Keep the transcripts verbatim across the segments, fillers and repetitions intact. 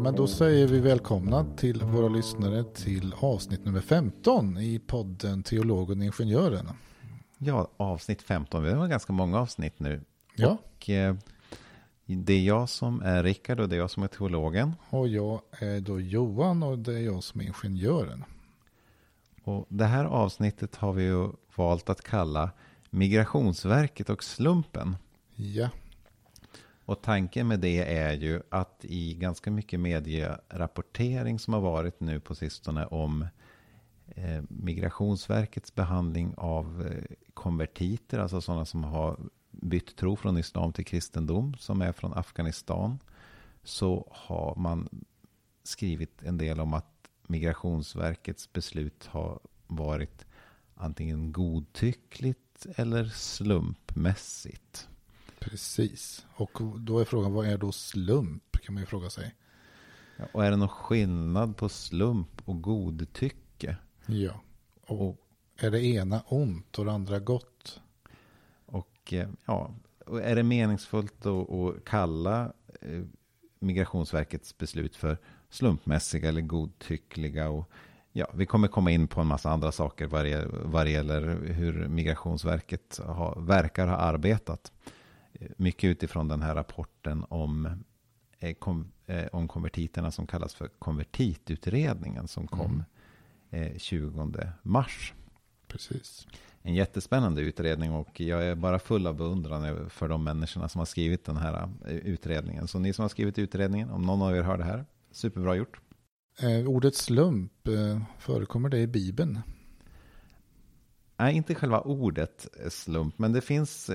men då säger vi välkomna till våra lyssnare till avsnitt nummer femton i podden Teologen och Ingenjören. Ja, avsnitt femton. Det var ganska många avsnitt nu. Ja. Och eh, det är jag som är Rickard och det är jag som är teologen. Och jag är då Johan och det är jag som är ingenjören. Och det här avsnittet har vi ju valt att kalla Migrationsverket och slumpen. Ja. Och tanken med det är ju att i ganska mycket medierapportering som har varit nu på sistone om eh, Migrationsverkets behandling av eh, konvertiter, alltså sådana som har bytt tro från islam till kristendom, som är från Afghanistan, så har man skrivit en del om att Migrationsverkets beslut har varit antingen godtyckligt eller slumpmässigt. Precis. Och då är frågan, vad är då slump? Kan man ju fråga sig. Ja, och är det någon skillnad på slump och godtycke? Ja. Och, och är det ena ont och det andra gott? Och ja, och är det meningsfullt att, att kalla eh, Migrationsverkets beslut för slumpmässiga eller godtyckliga? Och ja, vi kommer komma in på en massa andra saker vad det, vad det gäller hur Migrationsverket har, verkar ha arbetat. Mycket utifrån den här rapporten om, eh, kom, eh, om konvertiterna som kallas för konvertitutredningen som kom mm. eh, tjugonde mars. Precis. En jättespännande utredning och jag är bara full av beundran för de människorna som har skrivit den här eh, utredningen. Så ni som har skrivit utredningen, om någon av er hör det här, superbra gjort. Eh, ordet slump, eh, förekommer det i Bibeln? Nej, inte själva ordet slump, men det finns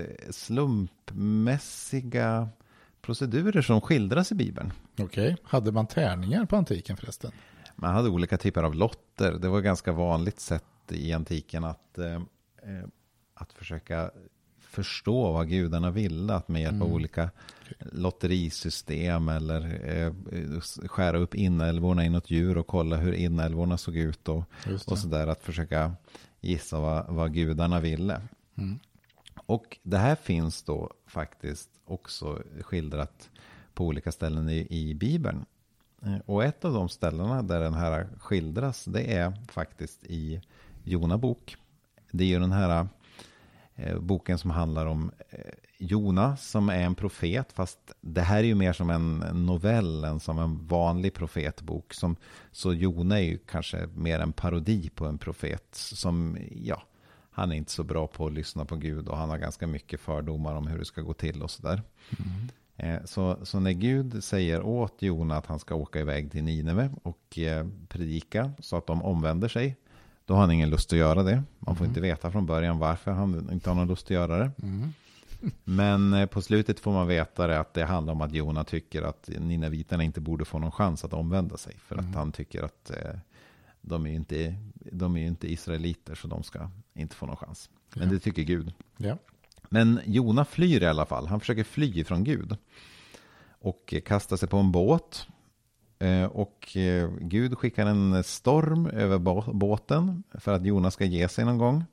slumpmässiga procedurer som skildras i Bibeln. Okej, okay. Hade man tärningar på antiken förresten? Man hade olika typer av lotter. Det var ganska vanligt sätt i antiken att, eh, att försöka förstå vad gudarna ville. Att med hjälp av mm. olika okay. lotterisystem eller eh, skära upp inälvorna i något djur och kolla hur inälvorna såg ut och, och sådär. Att försöka gissa vad, vad gudarna ville. Mm. Och det här finns då faktiskt också skildrat på olika ställen i, i Bibeln. Och ett av de ställena där den här skildras, det är faktiskt i Jona bok. Det är ju den här eh, boken som handlar om eh, Jona som är en profet, fast det här är ju mer som en novell än som en vanlig profetbok. Som, så Jona är ju kanske mer en parodi på en profet som, ja, han är inte så bra på att lyssna på Gud och han har ganska mycket fördomar om hur det ska gå till och sådär. Mm. Eh, så, så när Gud säger åt Jona att han ska åka iväg till Nineve och eh, predika så att de omvänder sig, då har han ingen lust att göra det. Man får mm. inte veta från början varför han inte har någon lust att göra det. Mm. Men på slutet får man veta det att det handlar om att Jona tycker att nineviterna inte borde få någon chans att omvända sig. För mm. att han tycker att eh, de är ju inte, de är ju inte israeliter så de ska inte få någon chans. Men ja. Det tycker Gud. Ja. Men Jona flyr i alla fall. Han försöker fly från Gud. Och kastar sig på en båt. Eh, och eh, Gud skickar en storm över båten för att Jona ska ge sig någon gång.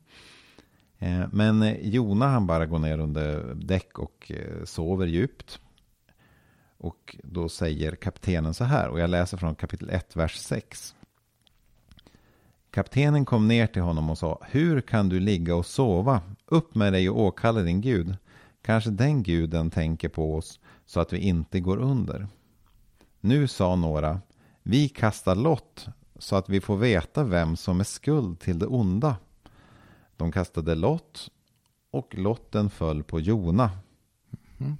Men Jona han bara går ner under däck och sover djupt. Och då säger kaptenen så här, och jag läser från kapitel ett, vers sex. Kaptenen kom ner till honom och sa: hur kan du ligga och sova? Upp med dig och åkalla din Gud. Kanske den guden tänker på oss så att vi inte går under. Nu sa några: vi kastar lott så att vi får veta vem som är skuld till det onda. De kastade lott och lotten föll på Jona. Mm.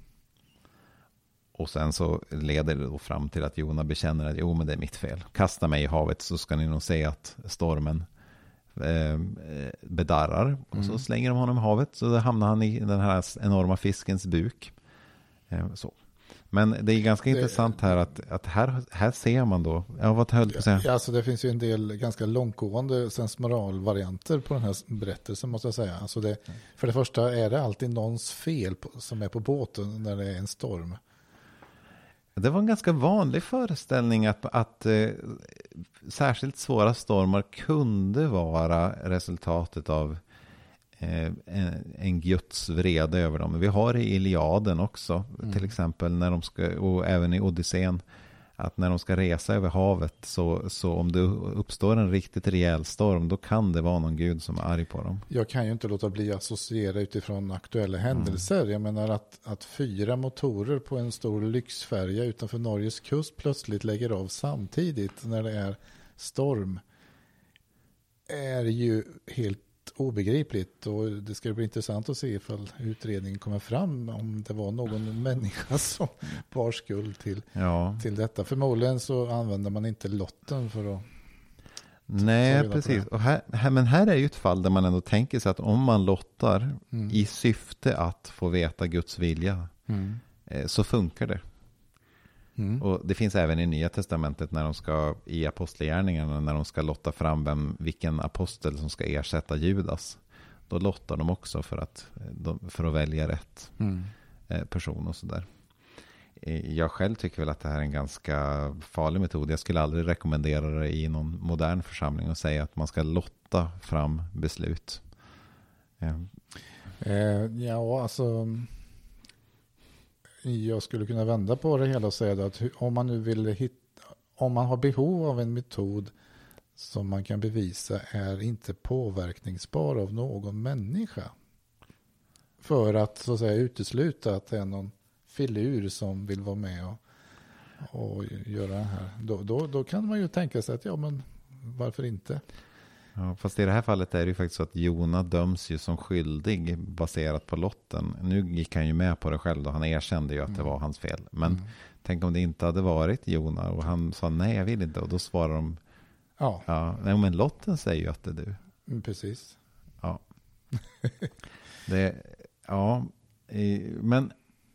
Och sen så leder det då fram till att Jona bekänner att jo men det är mitt fel. Kasta mig i havet så ska ni nog se att stormen eh, bedarrar. Mm. Och så slänger de honom i havet så då hamnar han i den här enorma fiskens buk. Eh, så. Men det är ganska det, intressant här att, att här, här ser man då, ja vad höll du på att säga? Ja, alltså det finns ju en del ganska långtgående sensmoralvarianter på den här berättelsen måste jag säga. Alltså det, för det första är det alltid någons fel på, som är på båten när det är en storm. Det var en ganska vanlig föreställning att, att eh, särskilt svåra stormar kunde vara resultatet av en, en Guds vrede över dem. Vi har i Iliaden också, mm. till exempel när de ska, och även i Odysseen, att när de ska resa över havet så, så om det uppstår en riktigt rejäl storm, då kan det vara någon gud som är arg på dem. Jag kan ju inte låta bli att associera utifrån aktuella händelser. Mm. Jag menar att, att fyra motorer på en stor lyxfärja utanför Norges kust plötsligt lägger av samtidigt när det är storm är ju helt obegripligt, och det ska bli intressant att se ifall utredningen kommer fram om det var någon människa som bar skuld till, ja. till detta. Förmodligen så använder man inte lotten för att Nej, precis. Och här, här, men här är ju ett fall där man ändå tänker sig att om man lottar mm. i syfte att få veta Guds vilja mm. eh, så funkar det. Mm. Och det finns även i Nya testamentet när de ska i apostlagärningarna, när de ska lotta fram vem, vilken apostel som ska ersätta Judas. Då lottar de också för att, för att välja rätt mm. person och sådär. Jag själv tycker väl att det här är en ganska farlig metod. Jag skulle aldrig rekommendera det i någon modern församling och säga att man ska lotta fram beslut. Ja, eh, ja alltså... Jag skulle kunna vända på det hela och säga att om man nu vill hitta, om man har behov av en metod som man kan bevisa är inte påverkningsbar av någon människa för att så att säga utesluta att det är någon filur som vill vara med och, och göra det här, då, då, då kan man ju tänka sig att ja, men varför inte? Ja, fast i det här fallet är det ju faktiskt så att Jona döms ju som skyldig baserat på lotten. Nu gick han ju med på det själv och han erkände ju att mm. det var hans fel. Men mm. tänk om det inte hade varit Jona och han sa nej, jag vill inte. Och då svarar de ja, ja nej, men lotten säger ju att det är du. Mm, precis. Ja. det, ja, men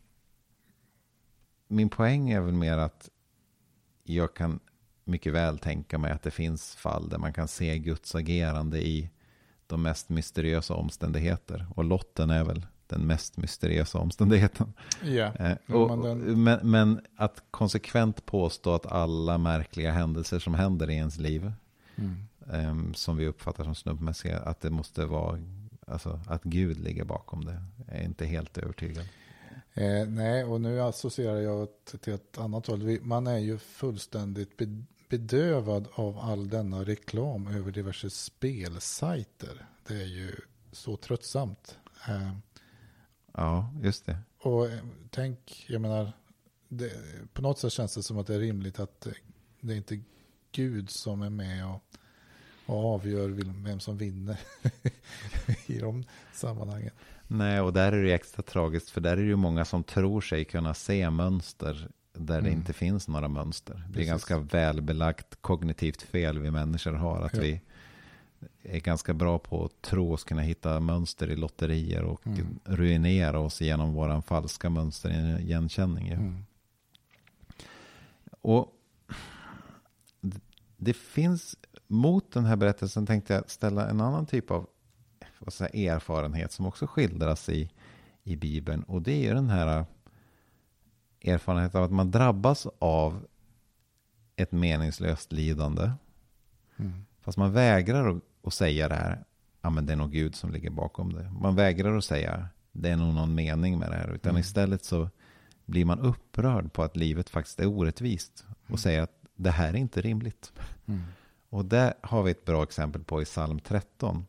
min poäng är väl mer att jag kan mycket väl tänka mig att det finns fall där man kan se Guds agerande i de mest mysteriösa omständigheter. Och lotten är väl den mest mysteriösa omständigheten. Ja, eh, och, men, den... men, men att konsekvent påstå att alla märkliga händelser som händer i ens liv mm. eh, som vi uppfattar som slumpmässiga, att det måste vara, alltså att Gud ligger bakom det, är inte helt övertygad. Eh, nej, och nu associerar jag till ett annat håll. Man är ju fullständigt be- bedövad av all denna reklam över diverse spelsajter. Det är ju så tröttsamt. Eh, ja, just det. Och eh, tänk, jag menar, det, på något sätt känns det som att det är rimligt att det är inte Gud som är med och, och avgör vem som vinner i de sammanhangen. Nej, och där är det extra tragiskt, för där är det ju många som tror sig kunna se mönster där mm. det inte finns några mönster. Precis. Det är ganska välbelagt kognitivt fel vi människor har, att ja. vi är ganska bra på att tro oss kunna hitta mönster i lotterier och mm. ruinera oss genom våran falska mönster igenkänning. Mm. Och det, det finns, mot den här berättelsen tänkte jag ställa en annan typ av vad ska jag säga, erfarenhet som också skildras i, i Bibeln. Och det är den här erfarenheten av att man drabbas av ett meningslöst lidande. Mm. Fast man vägrar att, att säga det här, ja men det är nog Gud som ligger bakom det. Man vägrar att säga, det är nog någon mening med det här. Utan mm. istället så blir man upprörd på att livet faktiskt är orättvist. Och mm. säger att det här är inte rimligt. Mm. Och där har vi ett bra exempel på i psalm tretton.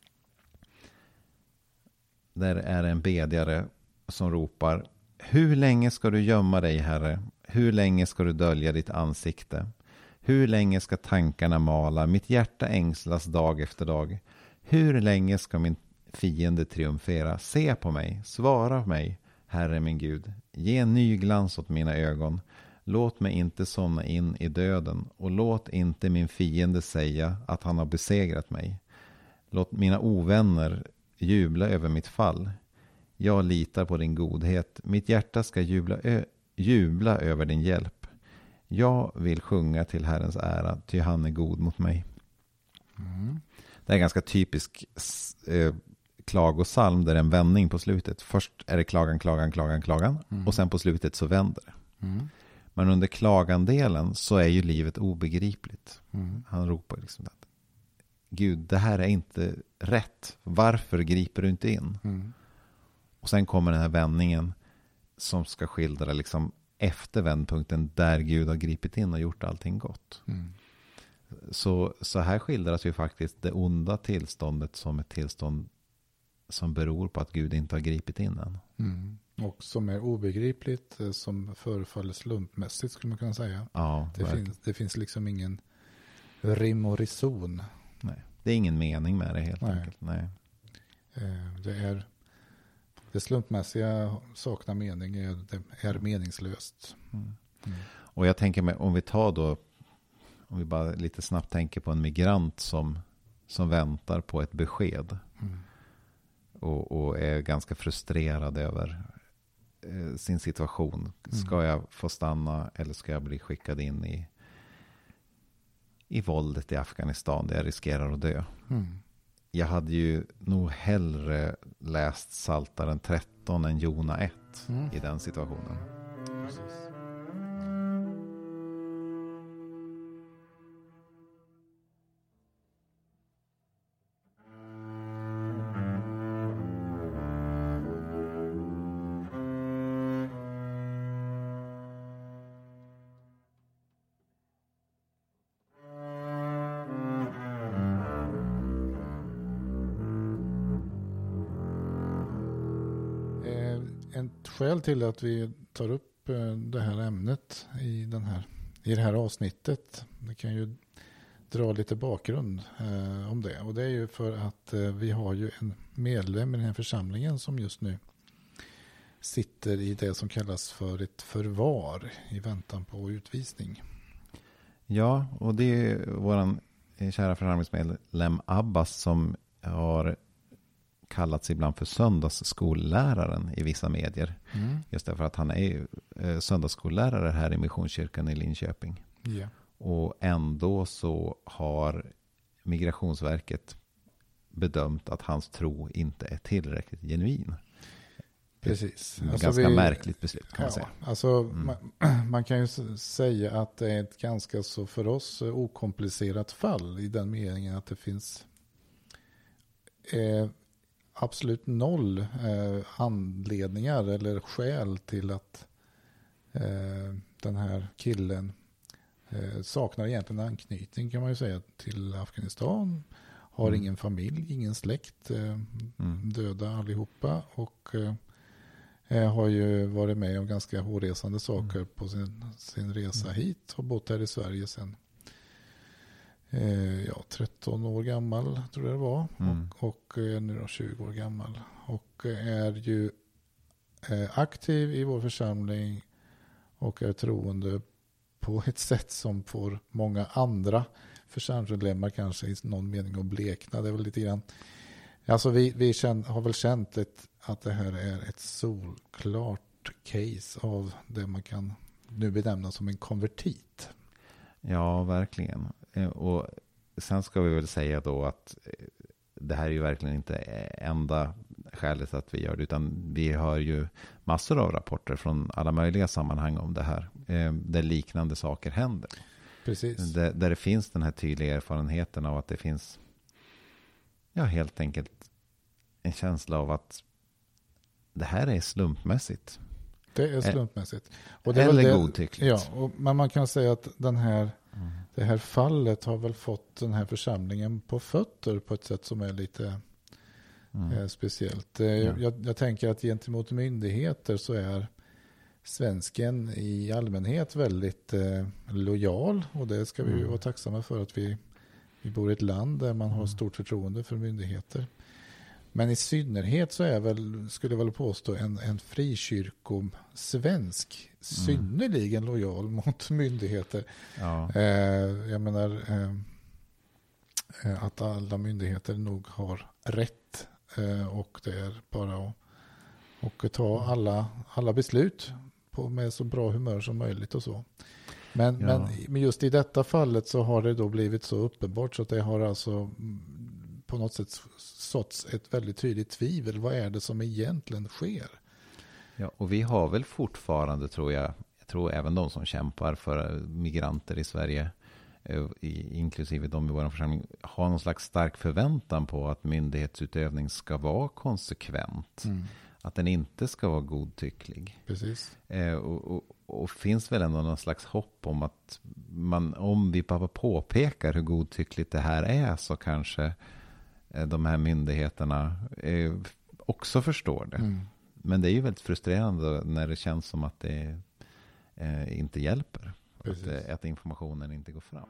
Där är en bedjare som ropar: hur länge ska du gömma dig, Herre? Hur länge ska du dölja ditt ansikte? Hur länge ska tankarna mala? Mitt hjärta ängslas dag efter dag. Hur länge ska min fiende triumfera? Se på mig, svara mig, Herre min Gud. Ge en ny glans åt mina ögon. Låt mig inte somna in i döden, och låt inte min fiende säga att han har besegrat mig. Låt mina ovänner jubla över mitt fall. Jag litar på din godhet. Mitt hjärta ska jubla, ö- jubla över din hjälp. Jag vill sjunga till Herrens ära, ty han är god mot mig. Mm. Det är en ganska typisk eh, klagosalm där det är en vändning på slutet. Först är det klagan, klagan, klagan, klagan. Mm. Och sen på slutet så vänder det. Mm. Men under klagandelen så är ju livet obegripligt. Mm. Han ropar liksom att Gud, det här är inte rätt. Varför griper du inte in? Mm. Och sen kommer den här vändningen som ska skildra liksom efter vändpunkten där Gud har gripit in och gjort allting gott. Mm. Så, så här skildras ju faktiskt det onda tillståndet som ett tillstånd som beror på att Gud inte har gripit in än. Mm. Och som är obegripligt, som förefaller slumpmässigt skulle man kunna säga. Ja, det, finns, det finns liksom ingen rim och reson. Nej, det är ingen mening med det helt Nej. enkelt. Nej. Det är det slumpmässiga saknar mening, det är meningslöst. Mm. Mm. Och jag tänker mig, om vi tar då, om vi bara lite snabbt tänker på en migrant som, som väntar på ett besked. Mm. Och, och är ganska frustrerad över eh, sin situation. Ska mm. jag få stanna eller ska jag bli skickad in i, i våldet i Afghanistan där jag riskerar att dö? Mm. Jag hade ju nog hellre läst Psaltaren tretton än Jona ett mm. i den situationen. Precis. Ett skäl till att vi tar upp det här ämnet i, den här, i det här avsnittet, det kan ju dra lite bakgrund eh, om det. Och det är ju för att eh, vi har ju en medlem i den här församlingen som just nu sitter i det som kallas för ett förvar i väntan på utvisning. Ja, och det är våran kära församlingsmedlem Abbas som har kallats ibland för söndagsskolläraren i vissa medier. Mm. Just därför att han är ju eh, söndagsskollärare här i Missionskyrkan i Linköping. Yeah. Och ändå så har Migrationsverket bedömt att hans tro inte är tillräckligt genuin. Precis. Ett alltså ganska vi, märkligt beslut kan ja, man säga. Alltså mm. man, man kan ju säga att det är ett ganska så för oss okomplicerat fall i den meningen att det finns eh, absolut noll eh, anledningar eller skäl till att eh, den här killen eh, saknar egentligen anknytning kan man ju säga till Afghanistan. Har mm. ingen familj, ingen släkt, eh, mm. döda allihopa och eh, har ju varit med om ganska hårresande saker mm. på sin, sin resa mm. hit och bott här i Sverige sedan ja, tretton år gammal tror jag det var mm. och, och nu då tjugo år gammal och är ju eh, aktiv i vår församling och är troende på ett sätt som får många andra församlingsmedlemmar kanske i någon mening att blekna. Det är väl lite grann alltså vi, vi känd, har väl känt ett, att det här är ett solklart case av det man kan nu benämna som en konvertit. Ja, verkligen. Och sen ska vi väl säga då att det här är ju verkligen inte enda skälet att vi gör det, utan vi hör ju massor av rapporter från alla möjliga sammanhang om det här, där liknande saker händer. Precis. Där, där det finns den här tydliga erfarenheten av att det finns ja, helt enkelt en känsla av att det här är slumpmässigt. Det är slumpmässigt. Och det eller är det, godtyckligt. Ja, och, men man kan säga att den här, mm. det här fallet har väl fått den här församlingen på fötter på ett sätt som är lite mm. eh, speciellt. Eh, ja. jag, jag tänker att gentemot myndigheter så är svensken i allmänhet väldigt eh, lojal och det ska vi ju mm. vara tacksamma för att vi, vi bor i ett land där man mm. har stort förtroende för myndigheter. Men i synnerhet så är väl, skulle jag väl påstå, en, en frikyrko-svensk mm. synnerligen lojal mot myndigheter. Ja. Eh, jag menar eh, att alla myndigheter nog har rätt eh, och det är bara att och ta alla, alla beslut på, med så bra humör som möjligt och så. Men, ja. men just i detta fallet så har det då blivit så uppenbart så att det har alltså på något sätt såtts ett väldigt tydligt tvivel. Vad är det som egentligen sker? Ja, och vi har väl fortfarande, tror jag, jag tror även de som kämpar för migranter i Sverige, inklusive de i vår församling, har någon slags stark förväntan på att myndighetsutövning ska vara konsekvent. Mm. Att den inte ska vara godtycklig. Precis. Eh, och, och, och finns väl ändå någon slags hopp om att man, om vi bara påpekar hur godtyckligt det här är, så kanske eh, de här myndigheterna eh, också förstår det. Mm. Men det är ju väldigt frustrerande när det känns som att det eh, inte hjälper. Att, eh, att informationen inte går fram.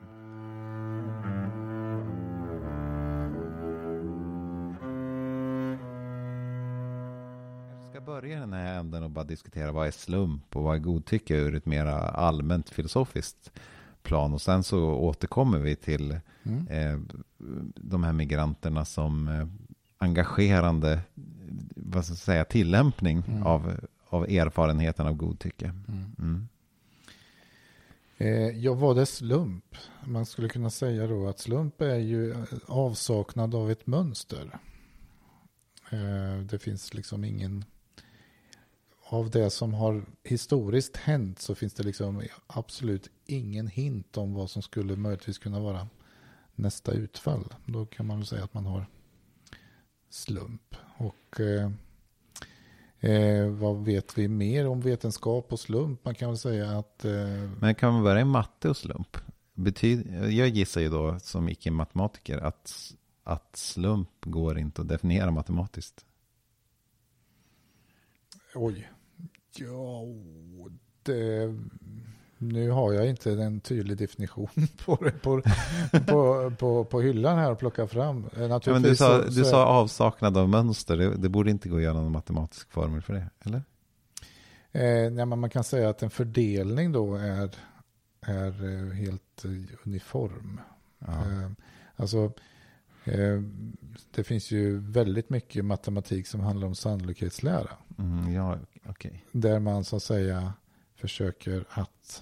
Jag ska börja den här änden och bara diskutera vad är slump och vad är godtycke ur ett mer allmänt filosofiskt plan. Och sen så återkommer vi till mm. eh, de här migranterna som eh, engagerande, vad ska jag säga, tillämpning mm. av, av erfarenheten av godtycke. Mm. Mm. Eh, ja, vad är slump? Man skulle kunna säga då att slump är ju avsaknad av ett mönster. Eh, det finns liksom ingen, av det som har historiskt hänt så finns det liksom absolut ingen hint om vad som skulle möjligtvis kunna vara nästa utfall. Då kan man väl säga att man har slump. Och eh, eh, vad vet vi mer om vetenskap och slump? Man kan väl säga att... Eh, Men kan man börja i matte och slump? Betyder, jag gissar ju då som icke-matematiker att, att slump går inte att definiera matematiskt. Oj. Ja, det... Nu har jag inte en tydlig definition på det på, på, på, på hyllan här att plocka fram. Ja, men du sa, så, du så sa avsaknad av mönster. Det, det borde inte gå att göra någon matematisk formel för det, eller? Eh, nej, men man kan säga att en fördelning då är, är helt uniform. Ja. Eh, alltså, eh, det finns ju väldigt mycket matematik som handlar om sannolikhetslära. Mm, ja, okay. Där man så att säga försöker att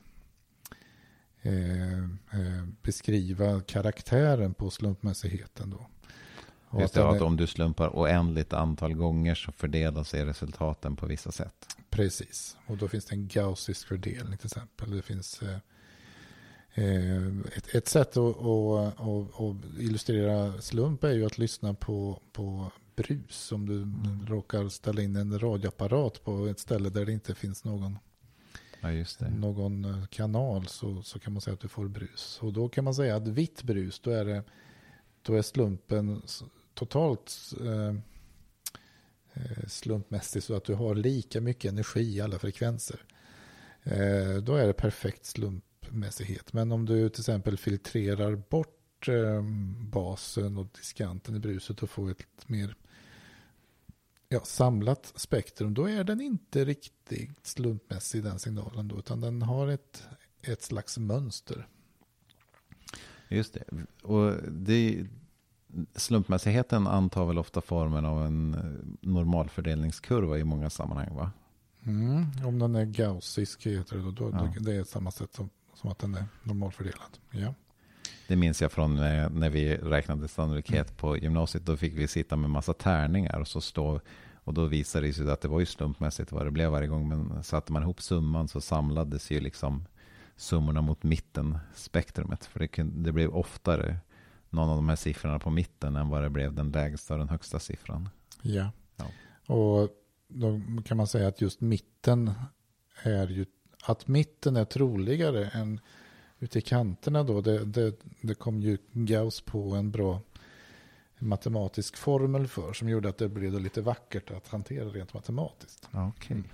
eh, eh, beskriva karaktären på slumpmässigheten då. Och Just det, att, att om du slumpar oändligt antal gånger så fördelar sig resultaten på vissa sätt. Precis, och då finns det en gaussisk fördelning till exempel. Det finns eh, ett, ett sätt att, att, att, att illustrera slump är ju att lyssna på, på brus. Om du mm. råkar ställa in en radioapparat på ett ställe där det inte finns någon Ja, just det. någon kanal så, så kan man säga att du får brus. Och då kan man säga att vitt brus, då är, det, då är slumpen totalt eh, slumpmässig så att du har lika mycket energi i alla frekvenser. Eh, då är det perfekt slumpmässighet. Men om du till exempel filtrerar bort eh, basen och diskanten i bruset och får ett mer Ja, samlat spektrum, då är den inte riktigt slumpmässig den signalen då, utan den har ett, ett slags mönster. Just det. Och det, slumpmässigheten antar väl ofta formen av en normalfördelningskurva i många sammanhang, va? Mm, om den är gaussisk heter det då, då ja. det är samma sätt som, som att den är normalfördelad. Ja. Det minns jag från när vi räknade sannolikhet mm. på gymnasiet. Då fick vi sitta med massa tärningar och så stå och då visade det sig att det var ju slumpmässigt vad det blev varje gång. Men satte man ihop summan så samlades ju liksom summorna mot mitten spektrumet. För det, kunde, det blev oftare någon av de här siffrorna på mitten än vad det blev den lägsta och den högsta siffran. Ja, ja. Och då kan man säga att just mitten är ju att mitten är troligare än ute i kanterna då, det, det, det kom ju Gauss på en bra matematisk formel för som gjorde att det blev lite vackert att hantera rent matematiskt. Okej. Okay.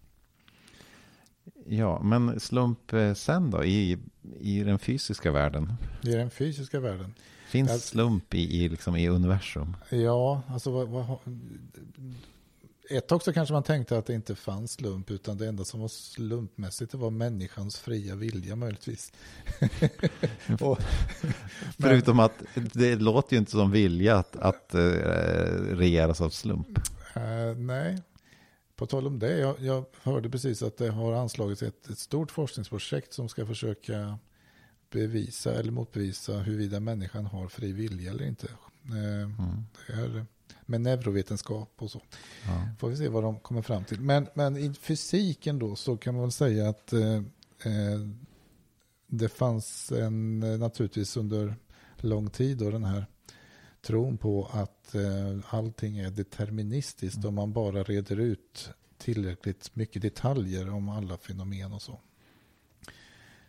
Ja, men slump sen då i, i den fysiska världen? I den fysiska världen. Finns jag, slump i, i, liksom i universum? Ja, alltså vad, vad, ett tag så kanske man tänkte att det inte fanns slump utan det enda som var slumpmässigt det var människans fria vilja möjligtvis. och, Förutom men, att det låter ju inte som vilja att, att uh, regeras av slump. Uh, nej, på tal om det. Jag, jag hörde precis att det har anslagits ett, ett stort forskningsprojekt som ska försöka bevisa eller motbevisa huruvida människan har fri vilja eller inte. Uh, mm. Det är med neurovetenskap och så. Ja. Får vi se vad de kommer fram till. Men, men i fysiken då så kan man väl säga att eh, det fanns en, naturligtvis under lång tid då den här tron på att eh, allting är deterministiskt mm. om man bara reder ut tillräckligt mycket detaljer om alla fenomen och så.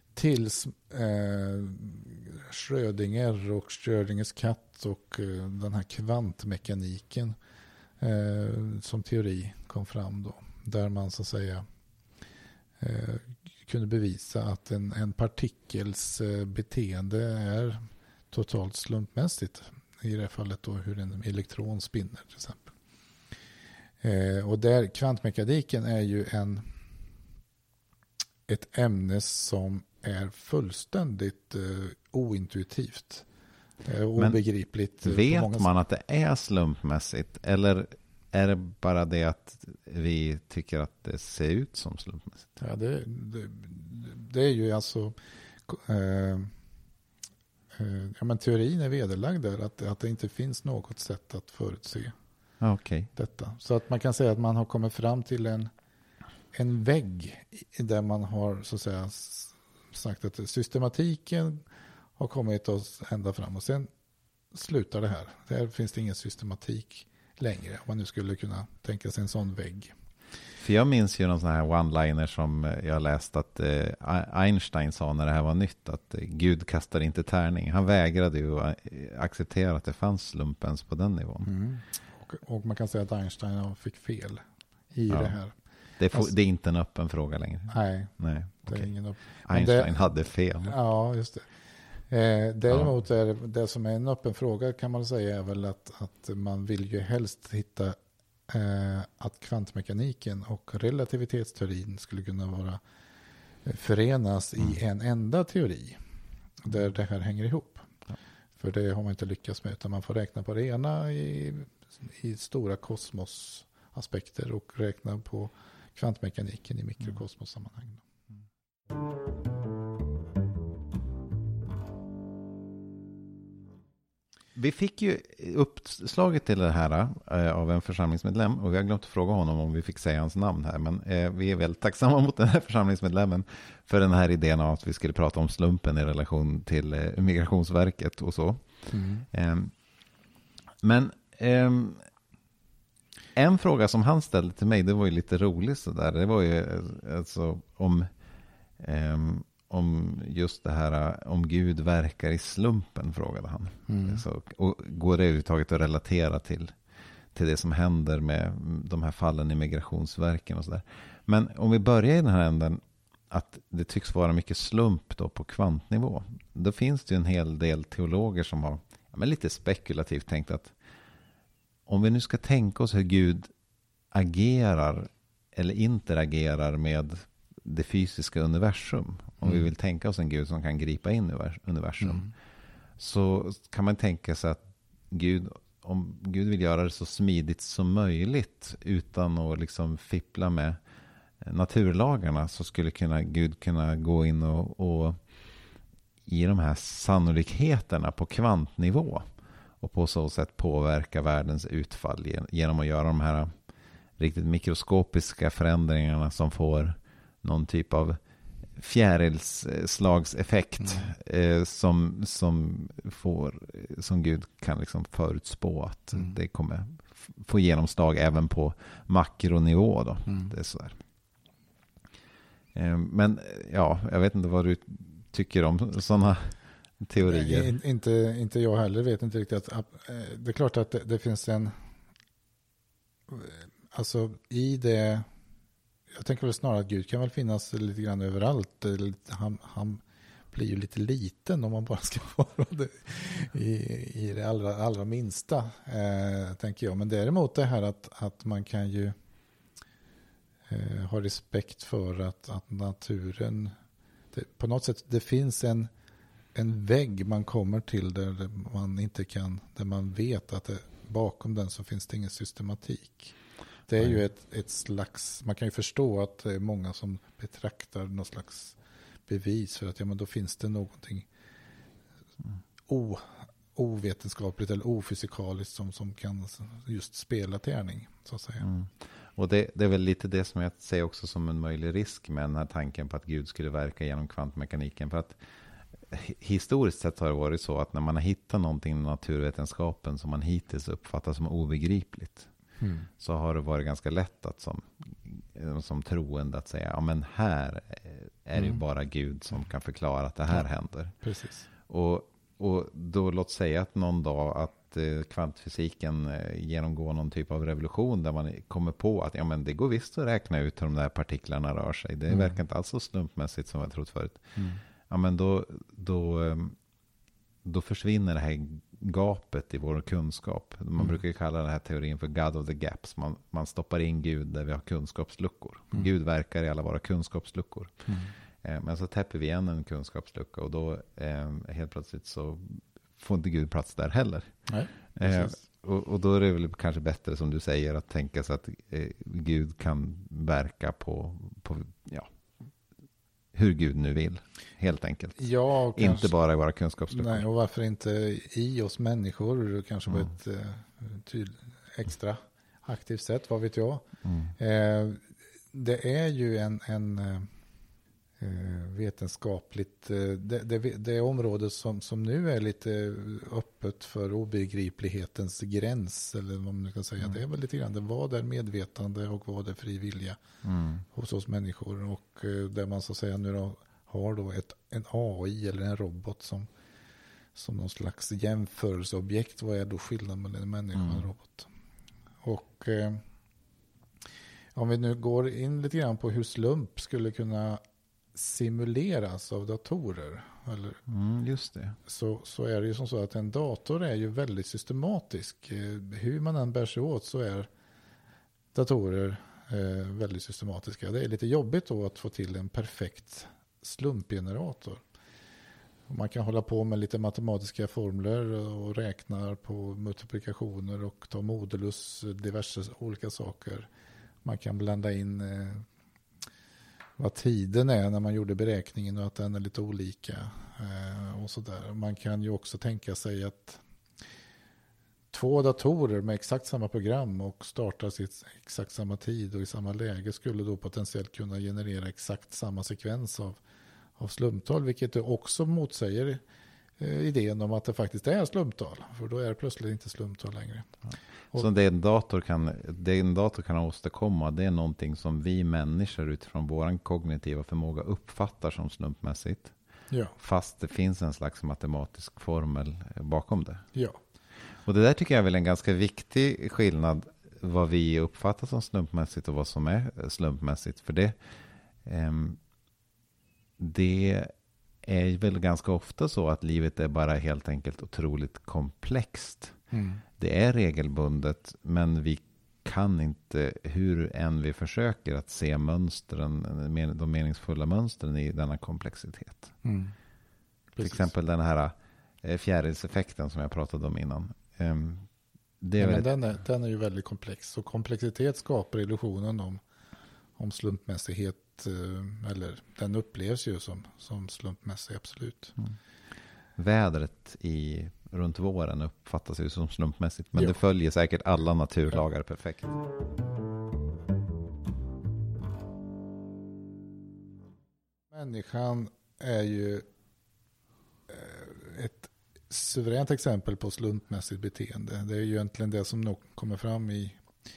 tills eh, Schrödinger och Schrödingers katt och eh, den här kvantmekaniken eh, som teori kom fram då. Där man så att säga eh, kunde bevisa att en, en partikels eh, beteende är totalt slumpmässigt. I det här fallet då hur en elektron spinner till exempel. Eh, och där kvantmekaniken är ju en ett ämne som är fullständigt eh, ointuitivt. Eh, obegripligt. Men vet man sätt. Att det är slumpmässigt? Eller är det bara det att vi tycker att det ser ut som slumpmässigt? Ja, det, det, det är ju alltså... Eh, eh, ja, men teorin är vederlagd där. Att, att det inte finns något sätt att förutse okay. detta. Så att man kan säga att man har kommit fram till en en vägg där man har så att säga sagt att systematiken har kommit oss ända fram och sen slutar det här. Där finns det ingen systematik längre om man nu skulle kunna tänka sig en sån vägg. För jag minns ju någon sån här one-liner som jag läst att eh, Einstein sa när det här var nytt att eh, Gud kastar inte tärning. Han vägrade ju att acceptera att det fanns slump ens på den nivån. Mm. Och, och man kan säga att Einstein fick fel i ja. det här. Det är, alltså, det är inte en öppen fråga längre. Nej, nej det okay. är ingen upp... Einstein det, hade fel. Ja, just det. Eh, däremot ja. är det, det som är en öppen fråga kan man säga är väl att, att man vill ju helst hitta eh, att kvantmekaniken och relativitetsteorin skulle kunna vara eh, förenas mm. i en enda teori där det här hänger ihop. Ja. För det har man inte lyckats med utan man får räkna på det ena i, i stora kosmosaspekter och räkna på kvantmekaniken i mikrokosmossammanhang. Mm. Vi fick ju uppslaget till det här äh, av en församlingsmedlem och vi har glömt att fråga honom om vi fick säga hans namn här, men äh, vi är väldigt tacksamma mot den här församlingsmedlemmen för den här idén av att vi skulle prata om slumpen i relation till äh, Migrationsverket och så. Mm. Ähm, men ähm, en fråga som han ställde till mig, det var ju lite roligt så där. Det var ju alltså om um, om just det här om Gud verkar i slumpen, frågade han. Mm. Så, och går det överhuvudtaget att relatera till till det som händer med de här fallen i Migrationsverken och så där. Men om vi börjar i den här änden att det tycks vara mycket slump då på kvantnivå. Då finns det ju en hel del teologer som har ja, men lite spekulativt tänkt att om vi nu ska tänka oss hur Gud agerar eller interagerar med det fysiska universum. Om mm. vi vill tänka oss en Gud som kan gripa in i universum. Mm. Så kan man tänka sig att Gud, om Gud vill göra det så smidigt som möjligt utan att liksom fippla med naturlagarna, så skulle kunna, Gud kunna gå in och, och i de här sannolikheterna på kvantnivå och på så sätt påverka världens utfall genom att göra de här riktigt mikroskopiska förändringarna som får någon typ av fjärilsslagseffekt mm. eh, som, som, får, som Gud kan liksom förutspå att mm. det kommer f- få genomslag även på makronivå då. Mm. Det är sådär. Eh, men ja, jag vet inte vad du tycker om sådana teorier. Nej, inte, inte jag heller, vet inte riktigt. Att, det är klart att det, det finns en alltså i det, jag tänker väl snarare att Gud kan väl finnas lite grann överallt. Han, han blir ju lite liten om man bara ska vara det i, i det allra, allra minsta, eh, tänker jag. Men däremot det här att, att man kan ju eh, ha respekt för att, att naturen, det, på något sätt, det finns en en vägg man kommer till där man inte kan, där man vet att det, bakom den så finns det ingen systematik. Det är Nej. ju ett, ett slags, man kan ju förstå att det är många som betraktar någon slags bevis för att ja, men då finns det någonting mm. o, ovetenskapligt eller ofysikaliskt som, som kan just spela tärning, så att säga. Mm. Och det, det är väl lite det som jag säger också som en möjlig risk med den här tanken på att Gud skulle verka genom kvantmekaniken, för att historiskt sett har det varit så att när man har hittat någonting i naturvetenskapen som man hittills uppfattar som obegripligt mm. så har det varit ganska lätt att som, som troende att säga ja men här är mm. det ju bara Gud som kan förklara att det här ja. händer. Precis. Och, och då låt säga att någon dag att eh, kvantfysiken eh, genomgår någon typ av revolution där man kommer på att ja, men det går visst att räkna ut hur de där partiklarna rör sig. Det mm. verkar inte alls så slumpmässigt som jag trott förut. Mm. Ja, men då, då, eh, då försvinner det här gapet i vår kunskap. Man mm. brukar ju kalla den här teorin för God of the Gaps. Man, man stoppar in Gud där vi har kunskapsluckor. Mm. Gud verkar i alla våra kunskapsluckor. Mm. Eh, men så täpper vi igen en kunskapslucka och då eh, helt plötsligt så får inte Gud plats där heller. Nej, eh, och, och då är det väl kanske bättre som du säger att tänka sig att eh, Gud kan verka på, på ja, hur Gud nu vill, helt enkelt. Ja, inte kanske, bara i våra kunskapsluckor. Nej, och varför inte i oss människor, kanske mm. på ett eh, tydligt, extra aktivt sätt, vad vet jag. Mm. Eh, det är ju en, en eh, vetenskapligt, eh, det, det, det område som, som nu är lite öppet för obegriplighetens gräns, eller vad man kan säga. Mm. Det är väl lite grann, det var där medvetande och vad det fri vilja mm. hos oss människor, och eh, där man så att säga nu då har då ett, en A I eller en robot som, som någon slags jämförelseobjekt. Vad är då skillnaden mellan en människa och en robot? Och eh, om vi nu går in lite grann på hur slump skulle kunna simuleras av datorer, eller, mm, just det. Så, så är det ju som så att en dator är ju väldigt systematisk. Hur man än bär sig åt så är datorer eh, väldigt systematiska. Det är lite jobbigt då att få till en perfekt slumpgenerator. Man kan hålla på med lite matematiska formler och räknar på multiplikationer och ta modulus, diverse olika saker. Man kan blanda in eh, vad tiden är när man gjorde beräkningen och att den är lite olika eh, och sådär. Man kan ju också tänka sig att två datorer med exakt samma program och startas i exakt samma tid och i samma läge skulle då potentiellt kunna generera exakt samma sekvens av, av slumptal, vilket också motsäger eh, idén om att det faktiskt är slumptal, för då är det plötsligt inte slumptal längre. Ja. Och, så det en, dator kan, det en dator kan åstadkomma, det är någonting som vi människor utifrån vår kognitiva förmåga uppfattar som slumpmässigt. Ja. Fast det finns en slags matematisk formel bakom det. Ja. Och det där tycker jag är väl en ganska viktig skillnad, vad vi uppfattar som slumpmässigt och vad som är slumpmässigt. För det, eh, det är väl ganska ofta så att livet är bara helt enkelt otroligt komplext. Mm. Det är regelbundet, men vi kan inte, hur än vi försöker, att se mönstren, de meningsfulla mönstren i denna komplexitet. Mm. Till exempel den här fjärilseffekten som jag pratade om innan. Det är ja, väldigt... men den, är, den är ju väldigt komplex. Så komplexitet skapar illusionen om, om slumpmässighet, eller den upplevs ju som, som slumpmässig, absolut. Mm. Vädret i, runt våren uppfattas ju som slumpmässigt, men jo. Det följer säkert alla naturlagar ja. perfekt. Människan är ju ett suveränt exempel på slumpmässigt beteende. Det är ju egentligen det som nog kommer fram i,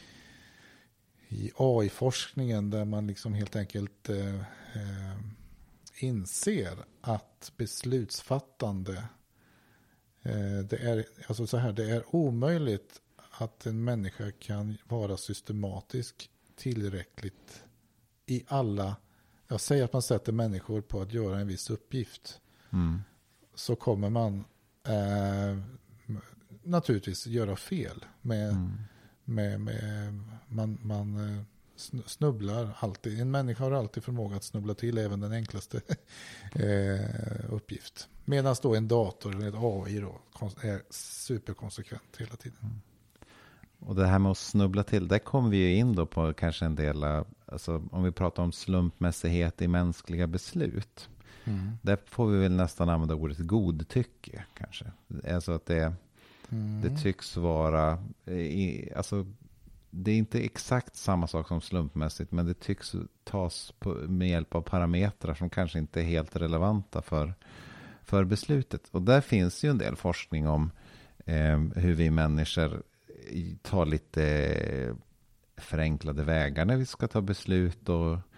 i A I-forskningen, där man liksom helt enkelt eh, eh, inser att beslutsfattande eh, det är alltså så här, det är omöjligt att en människa kan vara systematisk tillräckligt i alla. Jag säger att man sätter människor på att göra en viss uppgift. Mm. Så kommer man eh, naturligtvis göra fel med, mm. med, med man, man snubblar alltid. En människa har alltid förmåga att snubbla till även den enklaste eh, uppgift. Medan då en dator eller ett A I då är superkonsekvent hela tiden. Mm. Och det här med att snubbla till, där kommer vi ju in då på kanske en del, alltså om vi pratar om slumpmässighet i mänskliga beslut. Mm. Där får vi väl nästan använda ordet godtycke kanske. Alltså att det, mm. det tycks vara, alltså det är inte exakt samma sak som slumpmässigt, men det tycks tas på, med hjälp av parametrar som kanske inte är helt relevanta för, för beslutet. Och där finns ju en del forskning om eh, hur vi människor tar lite förenklade vägar när vi ska ta beslut, och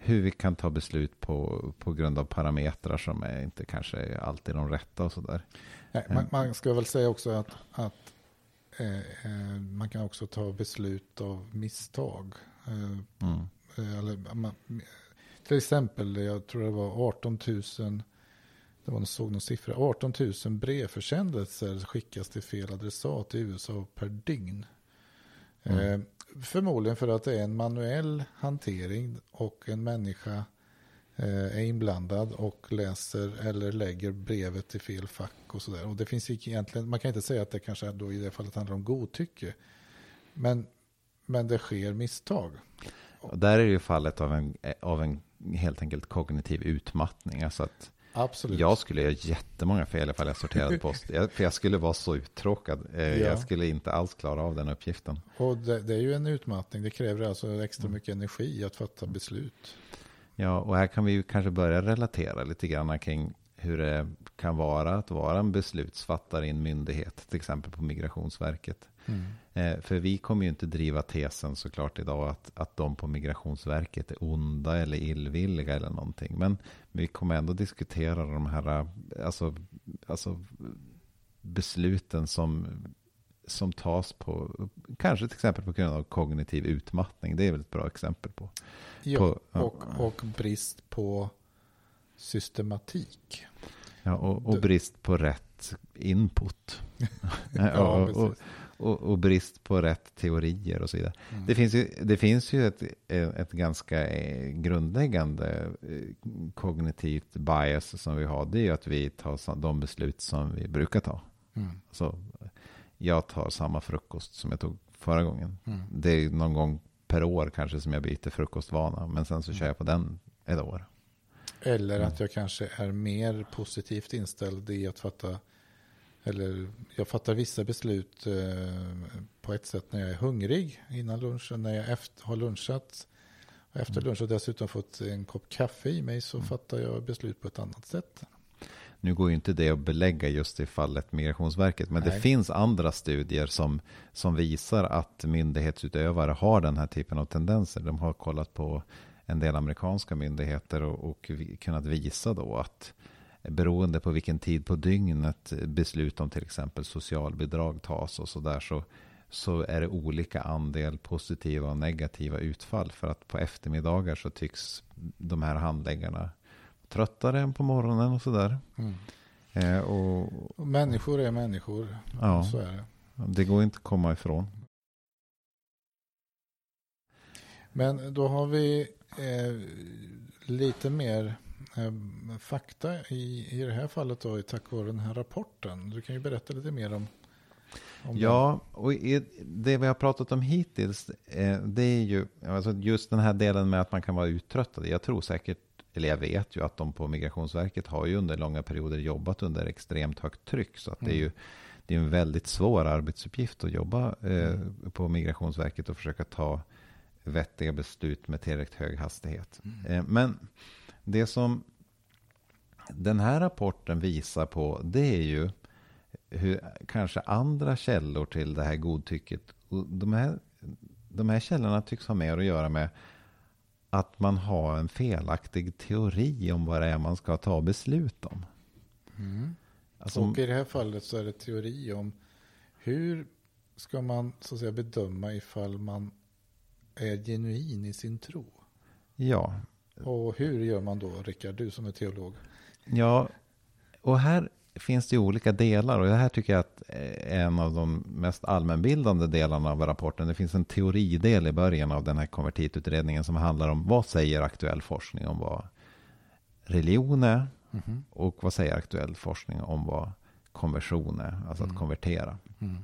hur vi kan ta beslut på, på grund av parametrar som är inte kanske alltid de rätta och sådär. Nej, man, man ska väl säga också att, att eh, eh, man kan också ta beslut av misstag. Eh, Mm. eller, man, till exempel, jag tror det var arton tusen, det var någon, såg någon siffra, arton tusen brevförsändelser skickas till fel adressat i U S A per dygn. Mm. Eh, förmodligen för att det är en manuell hantering och en människa eh, är inblandad och läser eller lägger brevet i fel fack och sådär. Och det finns egentligen, man kan inte säga att det kanske då i det fallet handlar om godtycke. Men, men det sker misstag. Och där är det ju fallet av en, av en helt enkelt kognitiv utmattning. Alltså att Absolut. Jag skulle göra jättemånga fel ifall jag sorterade post. Jag, för jag skulle vara så uttråkad. Eh, Ja. Jag skulle inte alls klara av den uppgiften. Och det, det är ju en utmattning. Det kräver alltså extra mycket energi att fatta beslut. Ja, och här kan vi ju kanske börja relatera lite grann kring hur det kan vara att vara en beslutsfattare i en myndighet, till exempel på Migrationsverket. Mm. Eh, för vi kommer ju inte driva tesen såklart idag att, att de på Migrationsverket är onda eller illvilliga eller någonting. Men vi kommer ändå diskutera de här alltså, alltså besluten som, som tas på, kanske till exempel på grund av kognitiv utmattning. Det är väl ett bra exempel på. Ja, på, ja. och, och brist på systematik. Ja, och, och brist på rätt input. Ja, och, och, och, och brist på rätt teorier och så vidare. Mm. Det finns ju, det finns ju ett, ett ganska grundläggande kognitivt bias som vi har. Det är ju att vi tar de beslut som vi brukar ta. Mm. Så jag tar samma frukost som jag tog förra gången. Mm. Det är någon gång per år kanske som jag byter frukostvana. Men sen så kör jag på den ett år. Eller att jag kanske är mer positivt inställd i att fatta, eller jag fattar vissa beslut eh, på ett sätt när jag är hungrig innan lunchen, när jag efter, har lunchat. Och efter lunch och dessutom fått en kopp kaffe i mig så mm. fattar jag beslut på ett annat sätt. Nu går ju inte det att belägga just i fallet Migrationsverket, men Nej. det finns andra studier som, som visar att myndighetsutövare har den här typen av tendenser. De har kollat på en del amerikanska myndigheter och, och kunnat visa då att beroende på vilken tid på dygnet beslut om till exempel socialbidrag tas och så där så, så är det olika andel positiva och negativa utfall. För att på eftermiddagar så tycks de här handläggarna tröttare än på morgonen och sådär. Mm. Eh, och, och människor är människor. Ja, så är det. Det går inte att komma ifrån. Men då har vi eh, lite mer eh, fakta i, i det här fallet då, tack vare den här rapporten. Du kan ju berätta lite mer om, om Ja, det. Och i, det vi har pratat om hittills eh, det är ju alltså just den här delen med att man kan vara uttröttad. Jag tror säkert, eller jag vet ju att de på Migrationsverket har ju under långa perioder jobbat under extremt högt tryck. Så att mm. det är ju det är en väldigt svår arbetsuppgift att jobba eh, mm. på Migrationsverket och försöka ta vettiga beslut med tillräckligt hög hastighet. Mm. Eh, men det som den här rapporten visar på, det är ju hur kanske andra källor till det här godtycket, och de här, de här källorna tycks ha mer att göra med att man har en felaktig teori om vad det är man ska ta beslut om. Mm. Alltså, och i det här fallet så är det teori om hur ska man så att säga bedöma ifall man är genuin i sin tro. Ja. Och hur gör man då, Rickard, du som är teolog? Ja, och här finns det ju olika delar. Och det här tycker jag att är en av de mest allmänbildande delarna av rapporten. Det finns en teoridel i början av den här konvertitutredningen som handlar om vad säger aktuell forskning om vad religion är. Mm-hmm. Och vad säger aktuell forskning om vad konversion är, alltså mm. att konvertera. Mm.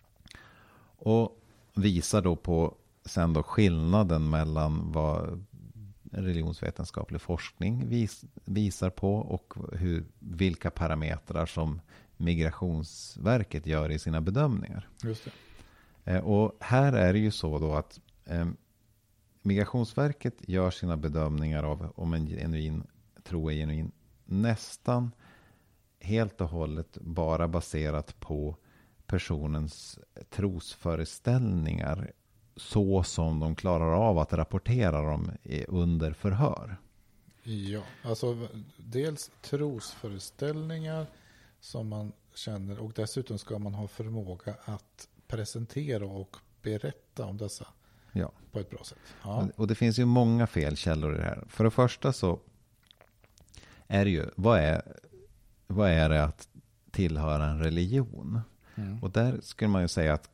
Och visar då på sen då skillnaden mellan vad religionsvetenskaplig forskning vis, visar på och hur, vilka parametrar som Migrationsverket gör i sina bedömningar. Just det. Eh, och här är det ju så då att eh, Migrationsverket gör sina bedömningar av om en genuin tro är genuin nästan helt och hållet bara baserat på personens trosföreställningar så som de klarar av att rapportera dem under förhör. Ja, alltså dels trosföreställningar som man känner, och dessutom ska man ha förmåga att presentera och berätta om dessa ja. på ett bra sätt. Ja. Och det finns ju många felkällor i det här. För det första så är det ju, vad är, vad är det att tillhöra en religion? Mm. Och där skulle man ju säga att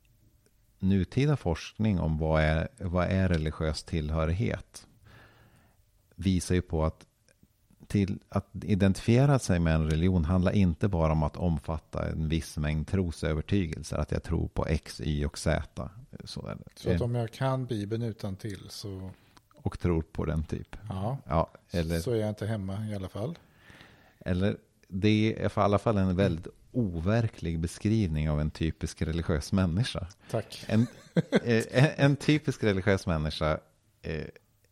nutida forskning om vad är, vad är religiös tillhörighet visar ju på att, till, att identifiera sig med en religion handlar inte bara om att omfatta en viss mängd trosövertygelser. Att jag tror på X, Y och Z. Så, är det. Så att om jag kan Bibeln utan till så... Och tror på den typ. Ja, ja eller, så är jag inte hemma i alla fall. Eller det är i alla fall en väldigt overklig beskrivning av en typisk religiös människa. Tack. En, en, en typisk religiös människa, eh,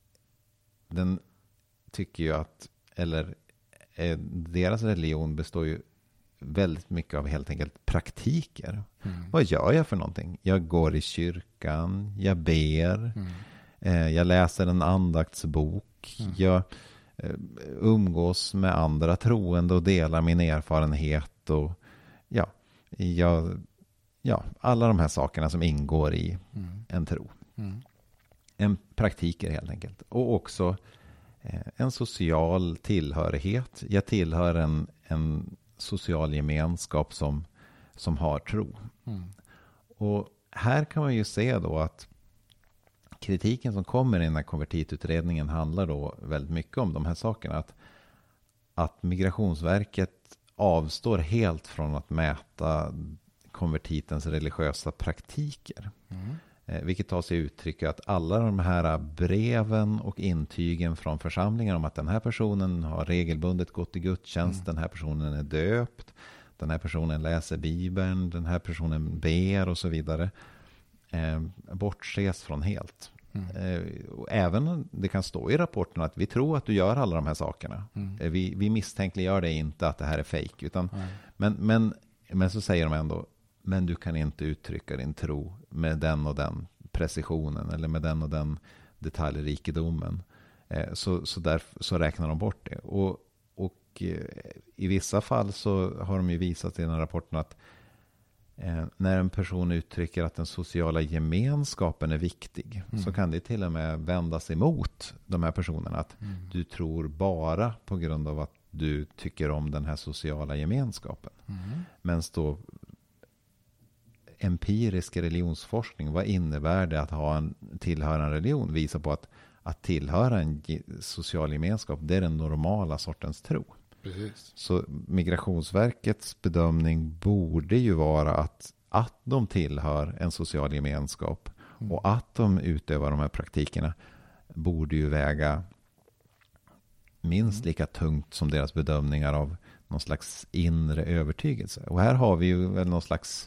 den tycker ju att, eller eh, deras religion består ju väldigt mycket av helt enkelt praktiker. Mm. Vad gör jag för någonting? Jag går i kyrkan, jag ber, mm. eh, jag läser en andaktsbok, mm. jag eh, umgås med andra troende och delar min erfarenhet och ja, jag, ja, alla de här sakerna som ingår i mm. en tro. Mm. En praktiker helt enkelt. Och också eh, en social tillhörighet. Jag tillhör en, en social gemenskap som, som har tro. Mm. Och här kan man ju se då att kritiken som kommer i den här konvertitutredningen handlar då väldigt mycket om de här sakerna. Att, att Migrationsverket avstår helt från att mäta konvertitens religiösa praktiker. Mm. Eh, vilket tar sig uttryck att alla de här breven och intygen från församlingen om att den här personen har regelbundet gått i gudstjänst, mm. den här personen är döpt, den här personen läser Bibeln, den här personen ber och så vidare, eh, bortses från helt. Mm. Eh, och även det kan stå i rapporten att vi tror att du gör alla de här sakerna. Mm. Eh, vi, vi misstänkliggör det inte att det här är fake. Utan, mm. men, men, men så säger de ändå, men du kan inte uttrycka din tro med den och den precisionen eller med den och den detaljrikedomen. Eh, så, så, där, så räknar de bort det. Och, och eh, i vissa fall så har de ju visat i den här rapporten att eh, när en person uttrycker att den sociala gemenskapen är viktig, mm. så kan det till och med vändas emot de här personerna. Att mm. du tror bara på grund av att du tycker om den här sociala gemenskapen. Mm. Men då empirisk religionsforskning, vad innebär det att ha en tillhöra en religion, visar på att att tillhöra en social gemenskap, det är den normala sortens tro. Precis. Så Migrationsverkets bedömning borde ju vara att, att de tillhör en social gemenskap mm. och att de utövar de här praktikerna borde ju väga minst mm. lika tungt som deras bedömningar av någon slags inre övertygelse. Och här har vi ju väl någon slags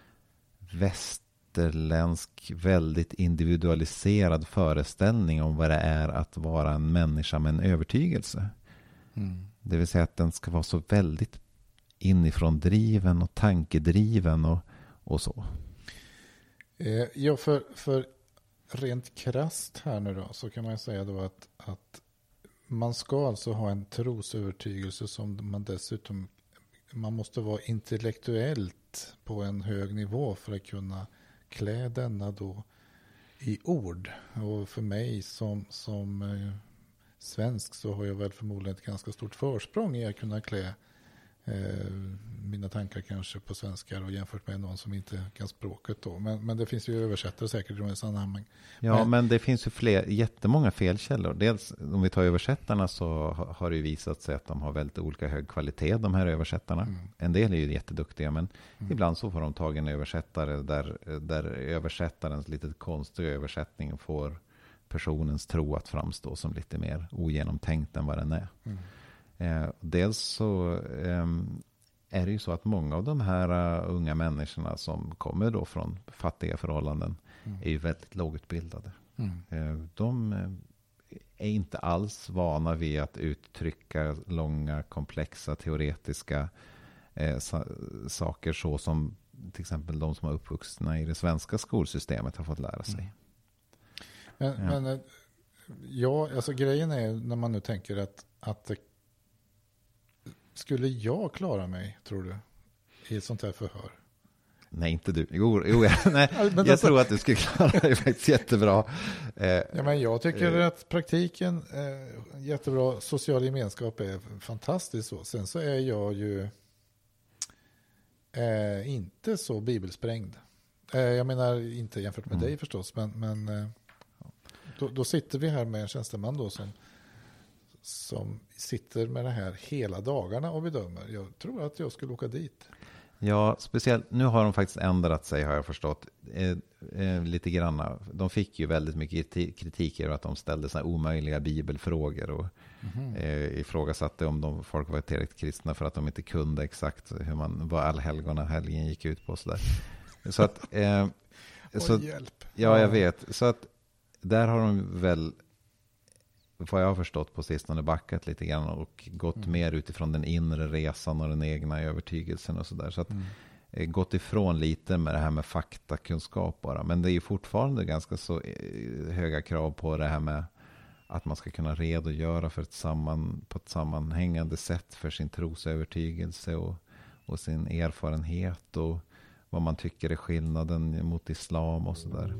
västerländsk, väldigt individualiserad föreställning om vad det är att vara en människa med en övertygelse. Mm. Det vill säga att den ska vara så väldigt inifrån driven och tankedriven och, och så. Eh, ja, för, för rent krasst här nu då så kan man säga då att, att man ska alltså ha en trosövertygelse som man dessutom, man måste vara intellektuellt på en hög nivå för att kunna klä denna då i ord. Och för mig som, som eh, svensk så har jag väl förmodligen ett ganska stort försprång i att kunna klä eh, mina tankar kanske på svenskar och jämfört med någon som inte kan språket då. Men, men det finns ju översättare säkert i de här sammanhang. Ja, men, men det finns ju fler, jättemånga felkällor. Dels om vi tar översättarna så har det ju visat sig att de har väldigt olika hög kvalitet, de här översättarna. Mm. En del är ju jätteduktiga, men mm. ibland så får de tag i en översättare där, där översättarens lite konstiga översättning får personens tro att framstå som lite mer ogenomtänkt än vad den är. Mm. Eh, dels så eh, är det ju så att många av de här uh, unga människorna som kommer då från fattiga förhållanden mm. är ju väldigt lågutbildade. Mm. Eh, de eh, är inte alls vana vid att uttrycka långa, komplexa, teoretiska eh, sa- saker så som till exempel de som är uppvuxna i det svenska skolsystemet har fått lära sig. Mm. Men, ja. men ja, alltså grejen är när man nu tänker att, att det, skulle jag klara mig, tror du, i ett sånt här förhör? Nej, inte du. Jo, jo nej, jag alltså, tror att du skulle klara dig faktiskt jättebra. Eh, ja, men jag tycker eh, att praktiken, eh, jättebra, social gemenskap är fantastiskt så. Sen så är jag ju eh, inte så bibelsprängd. Eh, jag menar inte jämfört med mm. dig förstås, men, men eh, då, då sitter vi här med en tjänsteman då som, som sitter med det här hela dagarna och bedömer. Jag tror att jag skulle åka dit. Ja, speciellt nu har de faktiskt ändrat sig, har jag förstått, eh, eh, lite granna. De fick ju väldigt mycket kritik över att de ställde så här omöjliga bibelfrågor och mm. eh, ifrågasatte om de folk var tillräckligt kristna för att de inte kunde exakt hur man, vad allhelgona helgen gick ut på. Så, där. så att... Eh, så, hjälp. Ja, jag vet. Så att där har de väl, vad jag har förstått på sistone, backat lite grann och gått mm. mer utifrån den inre resan och den egna övertygelsen och sådär. Så att mm. gått ifrån lite med det här med faktakunskap bara. Men det är ju fortfarande ganska så höga krav på det här med att man ska kunna redogöra för ett samman, på ett sammanhängande sätt för sin trosövertygelse och, och sin erfarenhet och vad man tycker är skillnaden mot islam och sådär.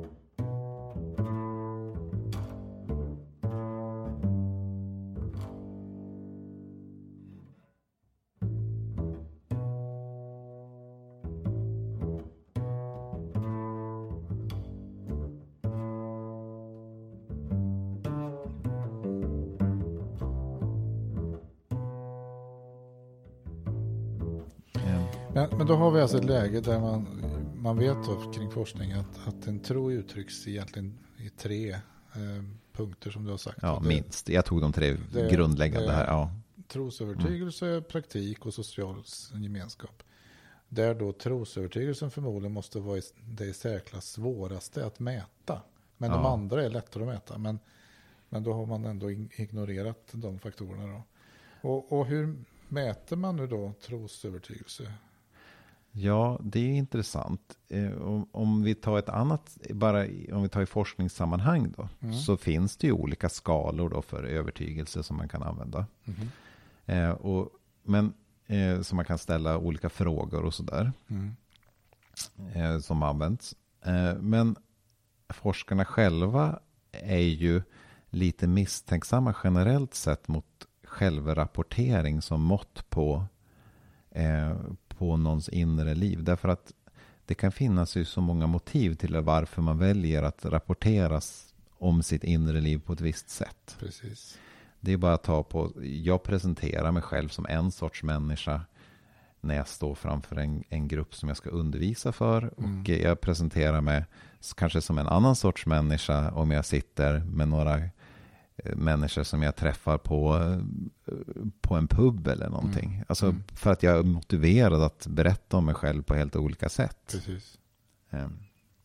Men, men då har vi alltså ett läge där man, man vet då, kring forskning att, att en tro uttrycks egentligen i tre eh, punkter som du har sagt. Ja, det, minst. Jag tog de tre det, grundläggande det, här. Ja. Trosövertygelse, mm. praktik och social gemenskap. Där då trosövertygelsen förmodligen måste vara det i särklass svåraste att mäta. Men ja. de andra är lättare att mäta. Men, men då har man ändå ignorerat de faktorerna då. Och, och hur mäter man nu då trosövertygelse? Ja, det är intressant. Eh, om, om vi tar ett annat, bara om vi tar i forskningssammanhang då, mm. så finns det ju olika skalor då för övertygelse som man kan använda. Mm. Eh, och, men eh, som man kan ställa olika frågor och sådär mm. eh, som används. Eh, men forskarna själva är ju lite misstänksamma generellt sett mot självrapportering som mått på eh, på någons inre liv. Därför att det kan finnas ju så många motiv till varför man väljer att rapporteras om sitt inre liv på ett visst sätt. Precis. Det är bara att ta på, jag presenterar mig själv som en sorts människa när jag står framför en, en grupp som jag ska undervisa för. Mm. Och jag presenterar mig kanske som en annan sorts människa om jag sitter med några människor som jag träffar på, på en pub eller någonting. Mm. Alltså mm. för att jag är motiverad att berätta om mig själv på helt olika sätt. Precis. Um.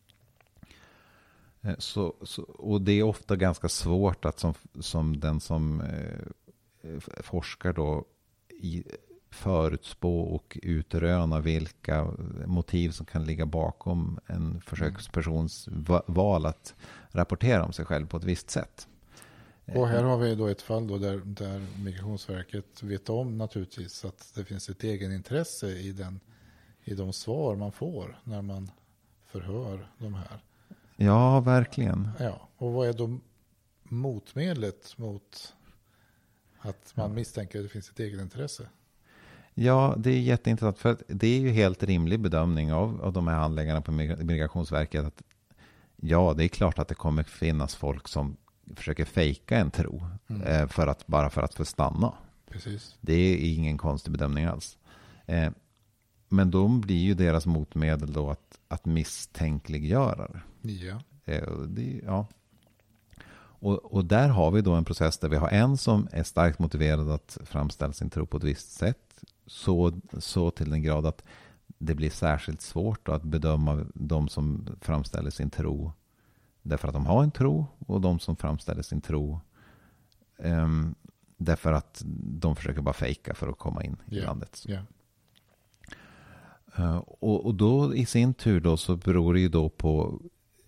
Så, så, och det är ofta ganska svårt att som, som den som eh, forskar då i, förutspå och utröna vilka motiv som kan ligga bakom en försökspersons va, val att rapportera om sig själv på ett visst sätt. Och här har vi då ett fall då där, där Migrationsverket vet om naturligtvis att det finns ett egenintresse i, den, i de svar man får när man förhör de här. Ja, verkligen. Ja, och vad är då motmedlet mot att man misstänker att det finns ett egenintresse? Ja, det är jätteintressant för att det är ju helt rimlig bedömning av, av de här handläggarna på Migrationsverket att ja, det är klart att det kommer finnas folk som försöker fejka en tro mm. eh, för att, bara för att få stanna. Precis. Det är ingen konstig bedömning alls. Eh, men då blir ju deras motmedel då att, att misstänkliggöra det. Ja. Eh, det, ja. Och, och där har vi då en process där vi har en som är starkt motiverad att framställa sin tro på ett visst sätt. Så, så till den grad att det blir särskilt svårt att bedöma de som framställer sin tro därför att de har en tro och de som framställer sin tro um, därför att de försöker bara fejka för att komma in yeah. i landet. Yeah. Uh, och, och då i sin tur då så beror det ju då på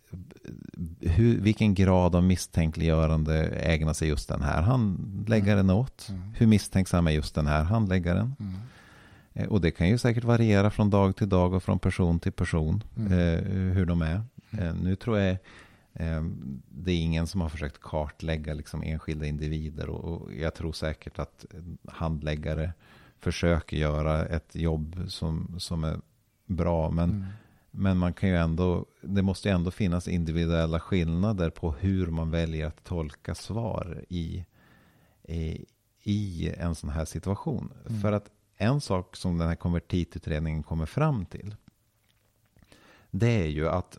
hur, vilken grad av misstänkliggörande ägnar sig just den här handläggaren mm. åt. Mm. Hur misstänksam är just den här handläggaren. Mm. Uh, och det kan ju säkert variera från dag till dag och från person till person mm. uh, hur de är. Mm. Uh, nu tror jag det är ingen som har försökt kartlägga liksom enskilda individer och jag tror säkert att handläggare försöker göra ett jobb som, som är bra, men, mm. men man kan ju ändå, det måste ju ändå finnas individuella skillnader på hur man väljer att tolka svar i, i, i en sån här situation. Mm. För att en sak som den här konvertitutredningen kommer fram till, det är ju att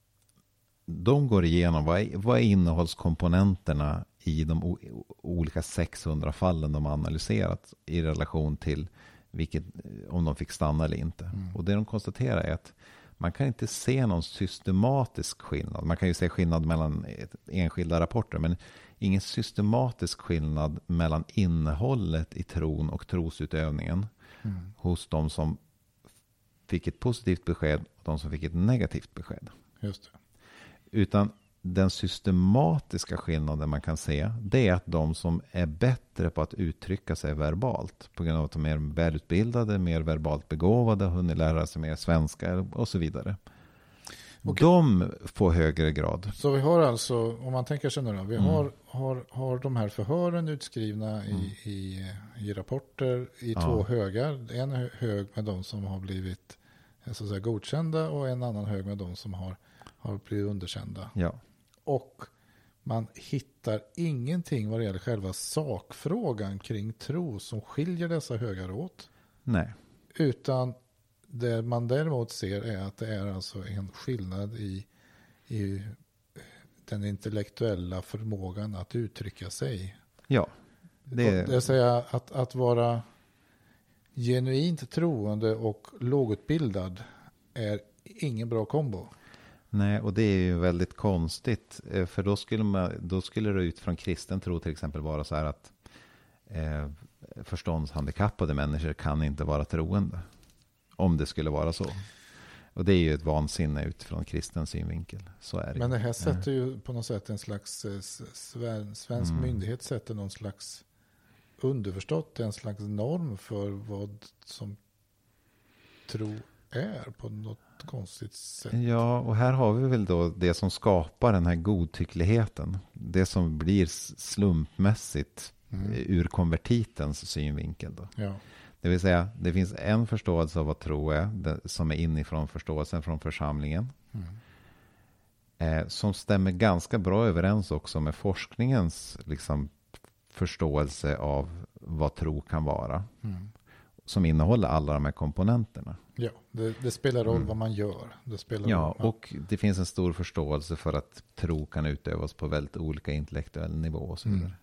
de går igenom vad är, vad är innehållskomponenterna i de o, olika sexhundra fallen de har analyserat i relation till vilket, om de fick stanna eller inte. Mm. Och det de konstaterar är att man kan inte se någon systematisk skillnad. Man kan ju se skillnad mellan enskilda rapporter, men ingen systematisk skillnad mellan innehållet i tron och trosutövningen mm. hos de som fick ett positivt besked och de som fick ett negativt besked. Just det. Utan den systematiska skillnaden man kan se, det är att de som är bättre på att uttrycka sig verbalt, på grund av att de är välutbildade, mer verbalt begåvade, hunnit lära sig mer svenska och så vidare. Okay. De får högre grad. Så vi har alltså, om man tänker sig nu då, vi mm. har, har, har de här förhören utskrivna mm. i, i, i rapporter i ja. två högar. En hög med de som har blivit så att säga, godkända och en annan hög med de som har har blivit underkända. Ja. Och man hittar ingenting vad det gäller själva sakfrågan kring tro som skiljer dessa högar åt. Nej. Utan det man däremot ser är att det är alltså en skillnad i, i den intellektuella förmågan att uttrycka sig. Ja. Det, det vill säga att, att vara genuint troende och lågutbildad är ingen bra kombo. Nej, och det är ju väldigt konstigt. För då skulle, man, då skulle det utifrån kristen tro till exempel vara så här att eh, förståndshandikappade människor kan inte vara troende. Om det skulle vara så. Och det är ju ett vansinne utifrån kristen synvinkel. Så är det. Men det här sätter ju på något sätt en slags svensk mm. myndighet sätter någon slags underförstått en slags norm för vad som tro är på något konstigt sätt. Ja, och här har vi väl då det som skapar den här godtyckligheten. Det som blir slumpmässigt mm. ur konvertitens synvinkel då. Ja. Det vill säga, det finns en förståelse av vad tro är, det, som är inifrån förståelsen från församlingen. Mm. Eh, som stämmer ganska bra överens också med forskningens liksom, förståelse av vad tro kan vara. Mm. Som innehåller alla de här komponenterna. Ja, det, det spelar roll mm. vad man gör. Det spelar ja, roll, ja, och det finns en stor förståelse för att tro kan utövas på väldigt olika intellektuell nivå och så vidare. Mm.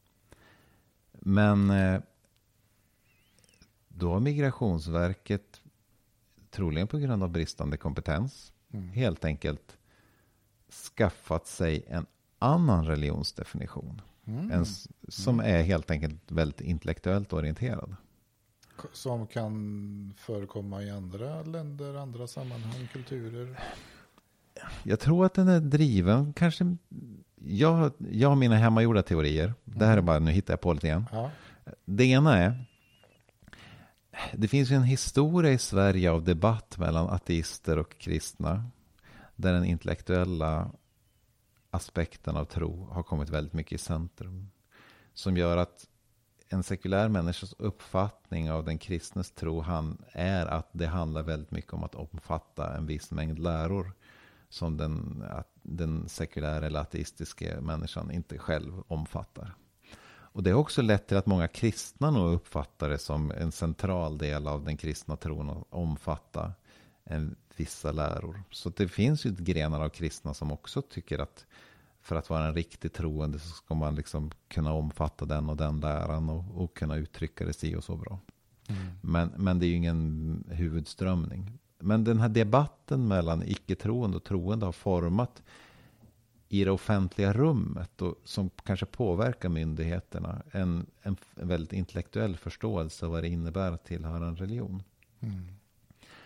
Men eh, då har Migrationsverket, troligen på grund av bristande kompetens, mm. helt enkelt skaffat sig en annan religionsdefinition. Mm. En, som mm. är helt enkelt väldigt intellektuellt orienterad. Som kan förekomma i andra länder, andra sammanhang, kulturer? Jag tror att den är driven, kanske... Jag, jag har mina hemmagjorda teorier. Mm. Det här är bara, nu hittar jag på lite igen. Ja. Det ena är... Det finns ju en historia i Sverige av debatt mellan ateister och kristna. Där den intellektuella aspekten av tro har kommit väldigt mycket i centrum. Som gör att en sekulär människas uppfattning av den kristnes tro han är att det handlar väldigt mycket om att omfatta en viss mängd läror som den, att den sekulära eller ateistiska människan inte själv omfattar. Och det har också lett till att många kristna nog uppfattar det som en central del av den kristna tron att omfatta en, vissa läror. Så det finns ju grenar av kristna som också tycker att för att vara en riktig troende så ska man liksom kunna omfatta den och den läran och, och kunna uttrycka det si och så bra. Mm. Men, men det är ju ingen huvudströmning. Men den här debatten mellan icke-troende och troende har format i det offentliga rummet och som kanske påverkar myndigheterna en, en väldigt intellektuell förståelse av vad det innebär att tillhöra en religion. Mm.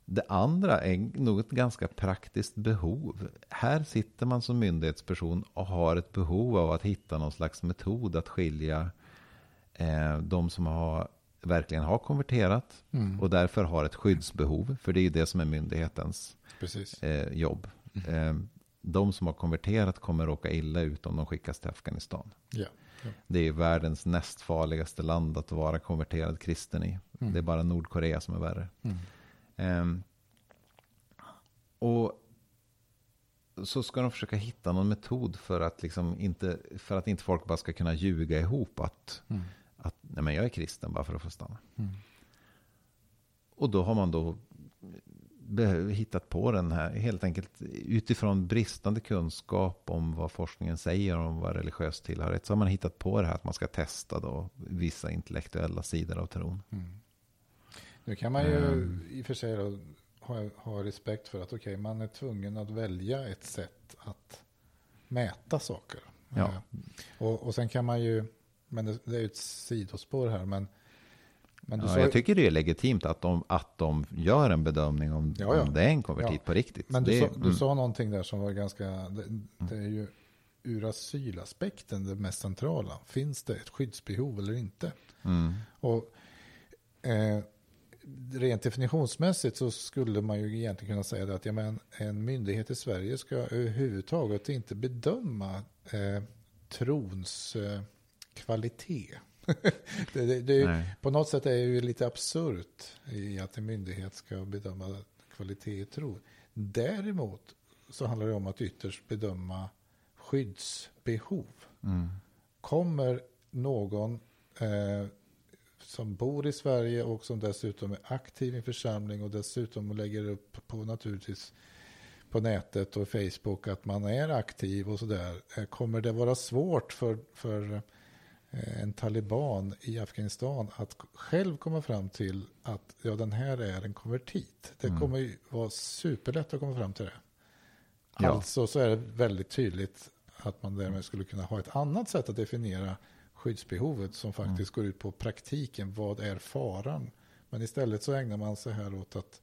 Det andra är nog ett ganska praktiskt behov. Här sitter man som myndighetsperson och har ett behov av att hitta någon slags metod att skilja eh, de som har, verkligen har konverterat mm. och därför har ett skyddsbehov. För det är ju det som är myndighetens eh, jobb. Mm. Eh, de som har konverterat kommer råka illa ut om de skickas till Afghanistan. Ja. Ja. Det är världens näst farligaste land att vara konverterad kristen i. Mm. Det är bara Nordkorea som är värre. Mm. Um, och så ska de försöka hitta någon metod för att liksom inte för att inte folk bara ska kunna ljuga ihop att, mm. att nej men jag är kristen bara för att få stanna. Mm. Och då har man då be- hittat på den här helt enkelt utifrån bristande kunskap om vad forskningen säger om vad religiös tillhörighet, så har man hittat på det här att man ska testa då vissa intellektuella sidor av tron. Mm. Nu kan man ju mm. i och för sig då ha, ha respekt för att okej, okay, man är tvungen att välja ett sätt att mäta saker. Ja. Eh, och, och sen kan man ju, men det, det är ju ett sidospår här, men, men du ja, sa, jag tycker det är legitimt att de, att de gör en bedömning om, ja, ja. om det är en konvertit ja. på riktigt. Men du, det, sa, du mm. sa någonting där som var ganska, det, det är ju ur asylaspekten det mest centrala. Finns det ett skyddsbehov eller inte? Mm. Och eh, rent definitionsmässigt så skulle man ju egentligen kunna säga det att ja, men en myndighet i Sverige ska överhuvudtaget inte bedöma eh, trons eh, kvalitet. det, det, det är ju, på något sätt är det ju lite absurt i att en myndighet ska bedöma kvalitet i tro. Däremot så handlar det om att ytterst bedöma skyddsbehov. Mm. Kommer någon eh, som bor i Sverige och som dessutom är aktiv i en församling och dessutom lägger upp på naturligtvis på nätet och Facebook att man är aktiv och sådär. Kommer det vara svårt för, för en taliban i Afghanistan att själv komma fram till att ja, den här är en konvertit? Det mm. kommer ju vara superlätt att komma fram till det. Ja. Alltså så är det väldigt tydligt att man därmed skulle kunna ha ett annat sätt att definiera skyddsbehovet som faktiskt mm. går ut på praktiken. Vad är faran? Men istället så ägnar man sig här åt att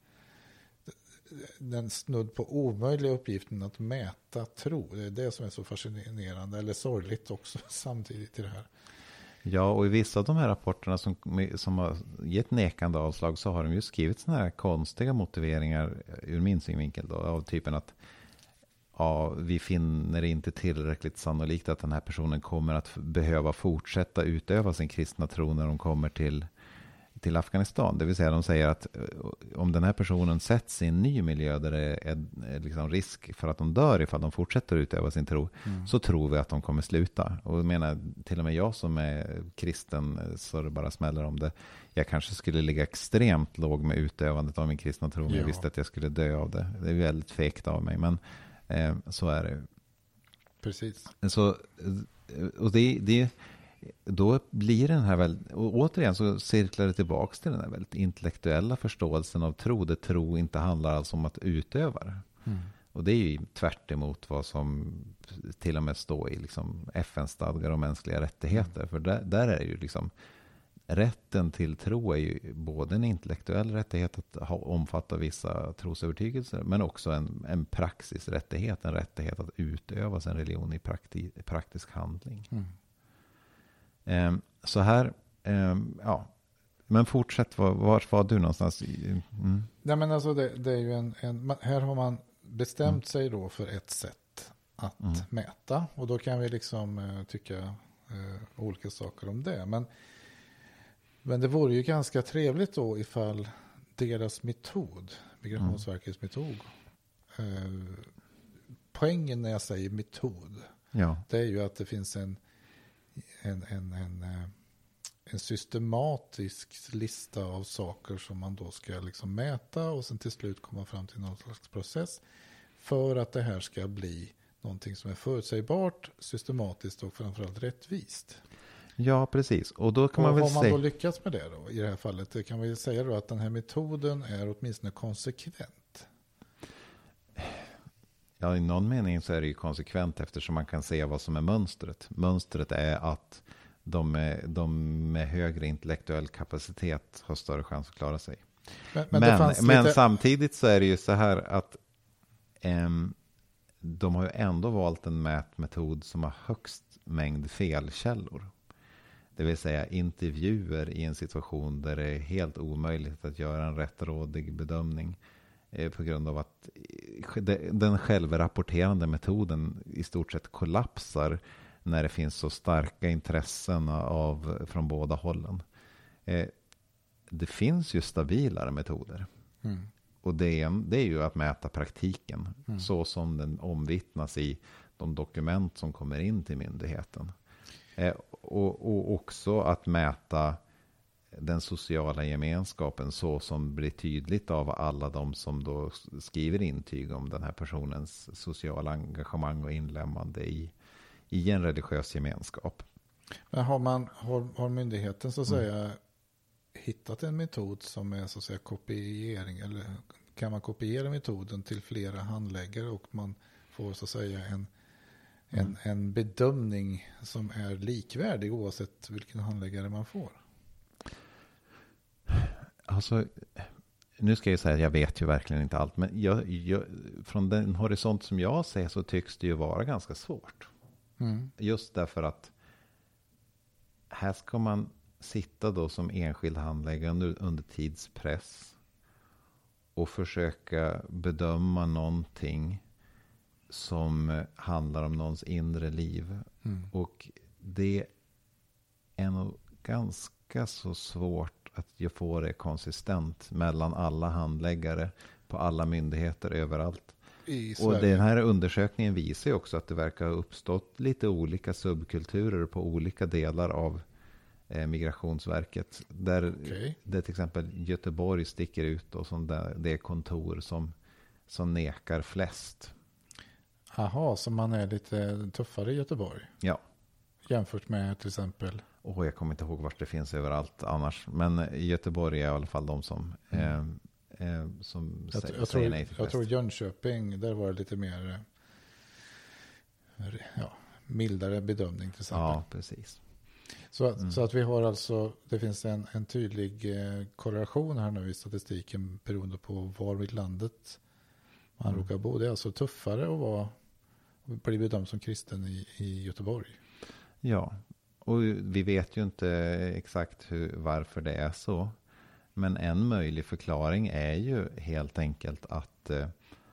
den snudd på omöjliga uppgiften att mäta tro. Det är det som är så fascinerande eller sorgligt också samtidigt i det här. Ja, och i vissa av de här rapporterna som, som har gett nekande avslag så har de ju skrivit såna här konstiga motiveringar ur min synvinkel då, av typen att ja, vi finner det inte tillräckligt sannolikt att den här personen kommer att behöva fortsätta utöva sin kristna tro när de kommer till, till Afghanistan. Det vill säga de säger att om den här personen sätts i en ny miljö där det är, är liksom risk för att de dör ifall de fortsätter utöva sin tro, mm. så tror vi att de kommer sluta. Och jag menar, till och med jag som är kristen så det bara smäller om det. Jag kanske skulle ligga extremt låg med utövandet av min kristna tro om ja. jag visste att jag skulle dö av det. Det är väldigt fegt av mig, men Eh, så är det. Precis. Så, och det, det, då blir den här väldigt, och återigen så cirklar det tillbaka till den här väldigt intellektuella förståelsen av tro. Det tro inte handlar alltså om att utöva det. Mm. Och det är ju tvärt emot vad som till och med står i liksom F N-stadgar om mänskliga rättigheter. Mm. För där, där är det ju liksom rätten till tro är ju både en intellektuell rättighet att ha, omfatta vissa trosövertygelser, men också en, en praxisrättighet, en rättighet att utöva sin religion i prakti, praktisk handling. Mm. Um, så här, um, ja, men fortsätt, var, var var du någonstans? Mm. Nej, men alltså det, det är ju en, en, här har man bestämt mm. sig då för ett sätt att mm. mäta, och då kan vi liksom uh, tycka uh, olika saker om det, men Men det vore ju ganska trevligt då ifall deras metod, Migrationsverkets mm. metod, eh, poängen när jag säger metod, ja. det är ju att det finns en, en, en, en, en systematisk lista av saker som man då ska liksom mäta och sen till slut komma fram till någon slags process för att det här ska bli någonting som är förutsägbart, systematiskt och framförallt rättvist. Ja, precis. Och då kan och man väl har man säga... då lyckats med det då i det här fallet? Det kan vi säga då att den här metoden är åtminstone konsekvent. Ja, i någon mening så är det ju konsekvent eftersom man kan se vad som är mönstret. Mönstret är att de med, de med högre intellektuell kapacitet har större chans att klara sig. Men, men, men, men lite... samtidigt så är det ju så här att um, de har ju ändå valt en mätmetod som har högst mängd felkällor. Det vill säga intervjuer i en situation där det är helt omöjligt att göra en rättrådig bedömning eh, på grund av att den självrapporterande metoden i stort sett kollapsar när det finns så starka intressen av, från båda hållen. Eh, det finns ju stabilare metoder. Mm. Och det är, det är ju att mäta praktiken mm. så som den omvittnas i de dokument som kommer in till myndigheten. Eh, och, och också att mäta den sociala gemenskapen så som blir tydligt av alla de som då skriver intyg om den här personens sociala engagemang och inlämmande i, i en religiös gemenskap. Men har, man, har, har myndigheten så att mm. säga hittat en metod som är så att säga kopiering, eller kan man kopiera metoden till flera handläggare och man får så att säga en En, mm. en bedömning som är likvärdig oavsett vilken handläggare man får? Alltså, nu ska jag säga att jag vet ju verkligen inte allt. Men jag, jag, från den horisont som jag ser så tycks det ju vara ganska svårt. Mm. Just därför att här ska man sitta då som enskild handläggare under, under tidspress och försöka bedöma någonting som handlar om någons inre liv. Mm. Och det är nog ganska så svårt att jag får det konsistent mellan alla handläggare på alla myndigheter överallt. Och den här undersökningen visar ju också att det verkar ha uppstått lite olika subkulturer på olika delar av eh, Migrationsverket. Där, okay. där till exempel Göteborg sticker ut och som där, det är kontor som, som nekar flest. Jaha, så man är lite tuffare i Göteborg? Ja. Jämfört med till exempel? Oh, jag kommer inte ihåg vart det finns överallt annars. Men i Göteborg är i alla fall de som, mm. eh, eh, som jag, säger, jag säger tror, nej till Jag tror Jönköping, där var det lite mer eh, ja, mildare bedömning till exempel. Ja, precis. Så, mm. så att vi har alltså, det finns en, en tydlig eh, korrelation här nu i statistiken beroende på var i landet man mm. råkar bo. Det är alltså tuffare att vara bli bedömd som kristen i, i Göteborg. Ja, och vi vet ju inte exakt hur, varför det är så. Men en möjlig förklaring är ju helt enkelt att eh,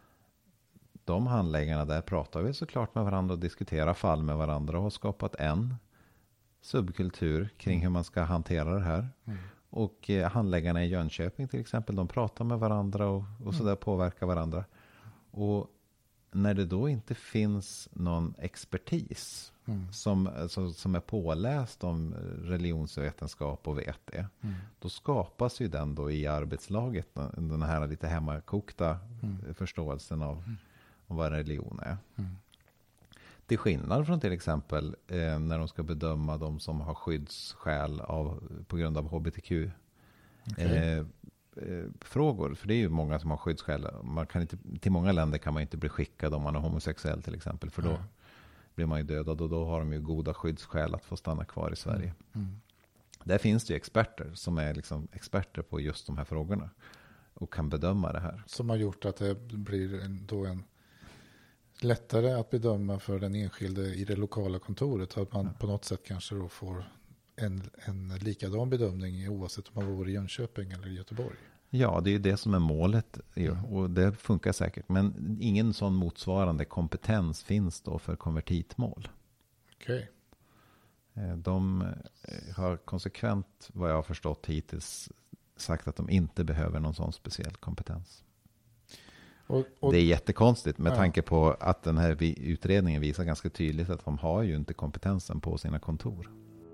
de handläggarna där pratar vi såklart med varandra och diskuterar fall med varandra och har skapat en subkultur kring hur man ska hantera det här. Mm. Och eh, handläggarna i Jönköping till exempel, de pratar med varandra och, och sådär mm. påverkar varandra. Och när det då inte finns någon expertis mm. som, alltså, som är påläst om religionsvetenskap och vet det, mm. då skapas ju den då i arbetslaget, den här lite hemmakokta mm. förståelsen av mm. om vad religion är. Mm. Till skillnad från till exempel eh, när de ska bedöma de som har skyddsskäl av, på grund av H B T Q. Okay. Eh, frågor, för det är ju många som har skyddsskäl. Man kan inte, till många länder kan man inte bli skickad om man är homosexuell till exempel, för då mm. blir man ju dödad och då har de ju goda skyddsskäl att få stanna kvar i Sverige. Mm. Mm. Där finns det ju experter som är liksom experter på just de här frågorna och kan bedöma det här. Som har gjort att det blir en, då en lättare att bedöma för den enskilde i det lokala kontoret, att man ja. på något sätt kanske då får En, en likadan bedömning oavsett om man bor i Jönköping eller i Göteborg. Ja, det är ju det som är målet mm. och det funkar säkert. Men ingen sån motsvarande kompetens finns då för konvertitmål. Okej. Okay. De har konsekvent, vad jag har förstått hittills, sagt att de inte behöver någon sån speciell kompetens. Och, och, det är jättekonstigt med ja. tanke på att den här utredningen visar ganska tydligt att de har ju inte kompetensen på sina kontor.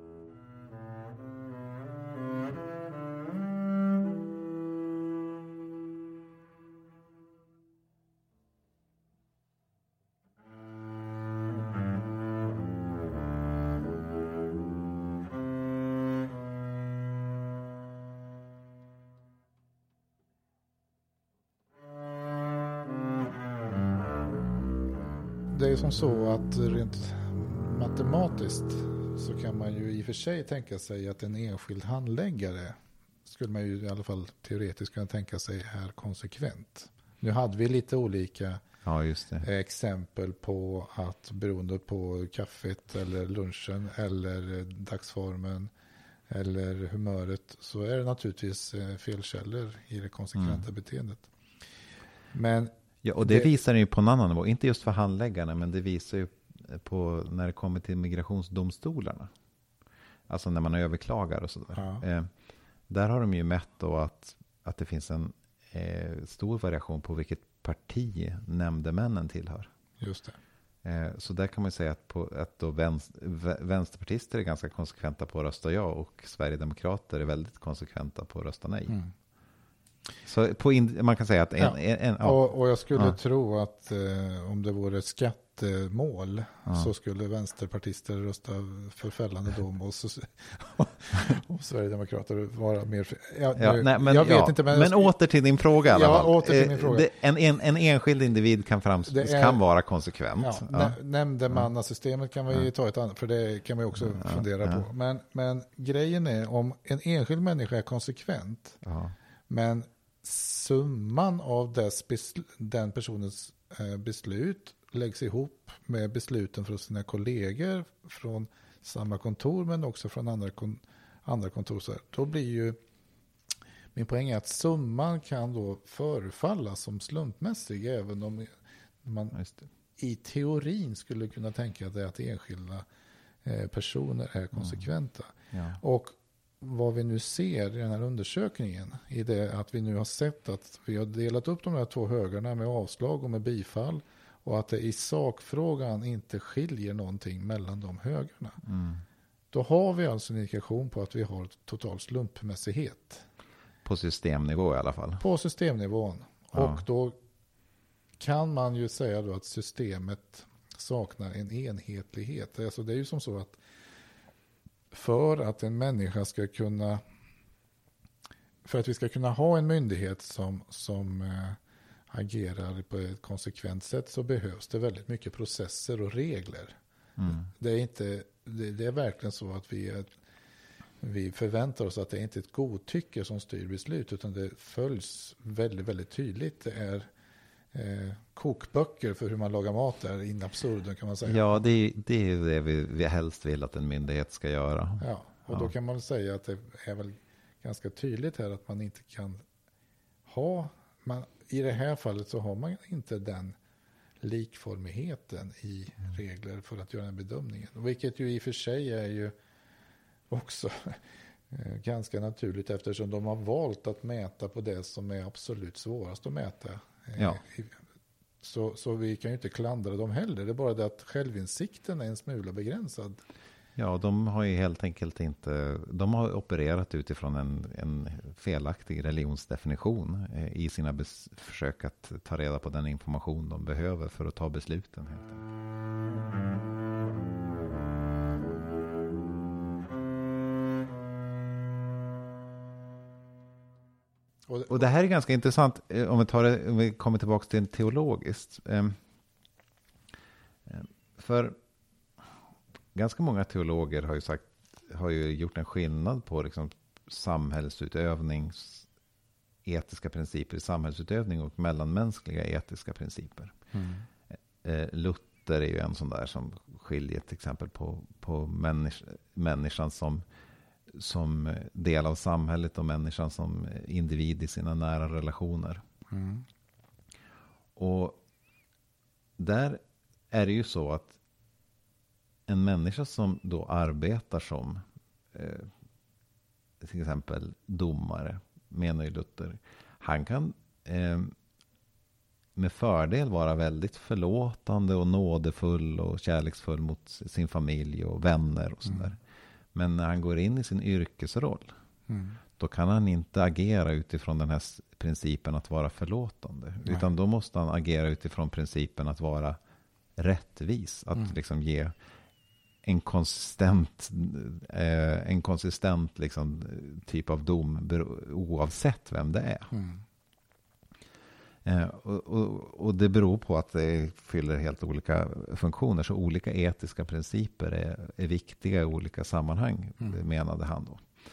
Det är som så att rent matematiskt så kan man ju i och för sig tänka sig att en enskild handläggare skulle man ju i alla fall teoretiskt kunna tänka sig är konsekvent. Nu hade vi lite olika ja, just det. exempel på att beroende på kaffet eller lunchen eller dagsformen eller humöret så är det naturligtvis felkällor i det konsekventa mm. beteendet. Men ja, och det, det visar ju på en annan nivå, inte just för handläggarna, men det visar ju på när det kommer till migrationsdomstolarna. Alltså när man överklagar och sådär. Ja. Eh, där har de ju mätt då att, att det finns en eh, stor variation på vilket parti nämndemännen tillhör. Just det. Eh, så där kan man säga att, på, att då vänster, vänsterpartister är ganska konsekventa på att rösta ja och Sverigedemokrater är väldigt konsekventa på att rösta nej. Mm. Så på in, man kan säga att en... Ja. en, en ja. och, och jag skulle ja. tro att eh, om det vore ett skattemål ja. så skulle vänsterpartister rösta för fällande dom och, så, och Sverigedemokrater vara mer... Ja, ja, nu, nej, men jag vet ja. inte, men, men åter till din fråga. Ja, alla åter till min fråga. Det, en, en, en enskild individ kan, frams, är, kan vara konsekvent. Ja, ja. Nämndemannasystemet kan vi ja. ta ett annat, för det kan vi också ja, fundera ja. på. Men, men grejen är, om en enskild människa är konsekvent, ja. men summan av dess besl- den personens eh, beslut läggs ihop med besluten från sina kollegor från samma kontor men också från andra, kon- andra kontor. Så här. Då blir ju min poäng är att summan kan då förefalla som slumpmässig även om man i teorin skulle kunna tänka att, det är att enskilda eh, personer är konsekventa. Mm. Ja. Och vad vi nu ser i den här undersökningen är det att vi nu har sett att vi har delat upp de här två högarna med avslag och med bifall och att det i sakfrågan inte skiljer någonting mellan de högarna. Mm. Då har vi alltså en indikation på att vi har total slumpmässighet. På systemnivå i alla fall. På systemnivån. Ja. Och då kan man ju säga då att systemet saknar en enhetlighet. Alltså det är ju som så att för att en människa ska kunna, för att vi ska kunna ha en myndighet som, som äh, agerar på ett konsekvent sätt så behövs det väldigt mycket processer och regler. Mm. Det är inte, det, det är verkligen så att vi, är, vi förväntar oss att det är inte är ett godtycke som styr beslut utan det följs väldigt, väldigt tydligt. Det är Eh, kokböcker för hur man lagar mat där in absurdum kan man säga. Ja, det är det, är det vi, vi helst vill att en myndighet ska göra. Ja, och ja. Då kan man säga att det är väl ganska tydligt här att man inte kan ha, man, i det här fallet så har man inte den likformigheten i mm. regler för att göra den bedömningen. Vilket ju i och för sig är ju också ganska naturligt eftersom de har valt att mäta på det som är absolut svårast att mäta. Ja. Så, så vi kan ju inte klandra dem heller. Det är bara det att självinsikten är en smula begränsad. Ja, de har ju helt enkelt inte... De har opererat utifrån en, en felaktig religionsdefinition eh, i sina bes, försök att ta reda på den information de behöver för att ta besluten. Helt enkelt. Och det här är ganska intressant om vi, tar det, om vi kommer tillbaka till det teologiskt. För ganska många teologer har ju, sagt, har ju gjort en skillnad på liksom samhällsutövning, etiska principer i samhällsutövning och mellanmänskliga etiska principer. Mm. Luther är ju en sån där som skiljer till exempel på, på människ, människan som som del av samhället och människan som individ i sina nära relationer. Mm. Och där är det ju så att en människa som då arbetar som eh, till exempel domare, menar ju Luther, han kan eh, med fördel vara väldigt förlåtande och nådefull och kärleksfull mot sin familj och vänner och sådär. Mm. Men när han går in i sin yrkesroll, mm. då kan han inte agera utifrån den här principen att vara förlåtande. Nej. Utan då måste han agera utifrån principen att vara rättvis. Att mm. liksom ge en konsistent, eh, en konsistent liksom, typ av dom oavsett vem det är. Mm. Eh, och, och, och det beror på att det fyller helt olika funktioner. Så olika etiska principer är, är viktiga i olika sammanhang, mm. menade han då.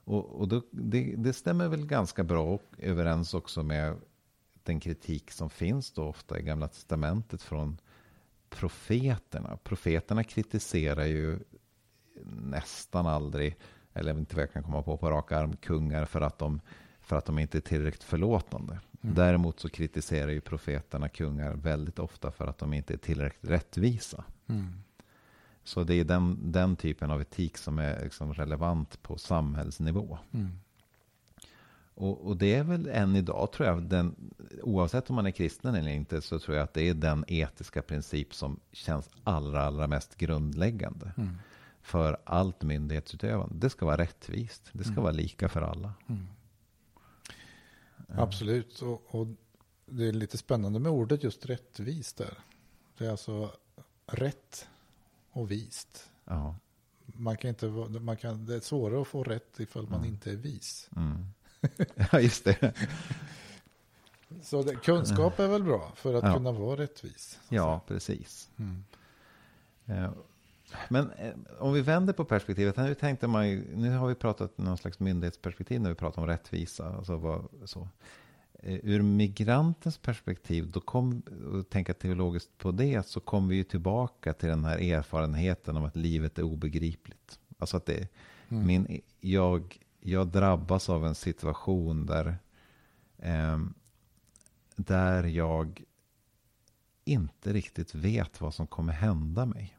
och och då, det, det stämmer väl ganska bra överens också med den kritik som finns då ofta i Gamla testamentet från profeterna. Profeterna kritiserar ju nästan aldrig, eller inte vad jag kan komma på på rak arm, kungar för att de, för att de inte är tillräckligt förlåtande. Mm. Däremot så kritiserar ju profeterna kungar väldigt ofta för att de inte är tillräckligt rättvisa. Mm. Så det är den, den typen av etik som är liksom relevant på samhällsnivå. Mm. Och, och det är väl än idag, tror jag, den, oavsett om man är kristen eller inte, så tror jag att det är den etiska princip som känns allra, allra mest grundläggande. Mm. För allt myndighetsutövande. Det ska vara rättvist. Det ska mm. vara lika för alla. Mm. Absolut. Och, och det är lite spännande med ordet just rättvist där. Det är alltså rätt och vist. Ja. Man kan inte, man kan, det är svårare att få rätt ifall man mm. inte är vis. Mm. Ja, just det. Så det, kunskap är väl bra för att ja. kunna vara rättvis. Ja, precis. Mm. Ja. Men eh, om vi vänder på perspektivet, nu tänkte man ju, nu har vi pratat någon slags myndighetsperspektiv när vi pratar om rättvisa. Alltså vad, så. Eh, ur migrantens perspektiv, då kom, och tänka teologiskt på det, så kom vi ju tillbaka till den här erfarenheten om att livet är obegripligt. Alltså att det, mm. min, jag, jag drabbas av en situation där, eh, där jag inte riktigt vet vad som kommer hända mig.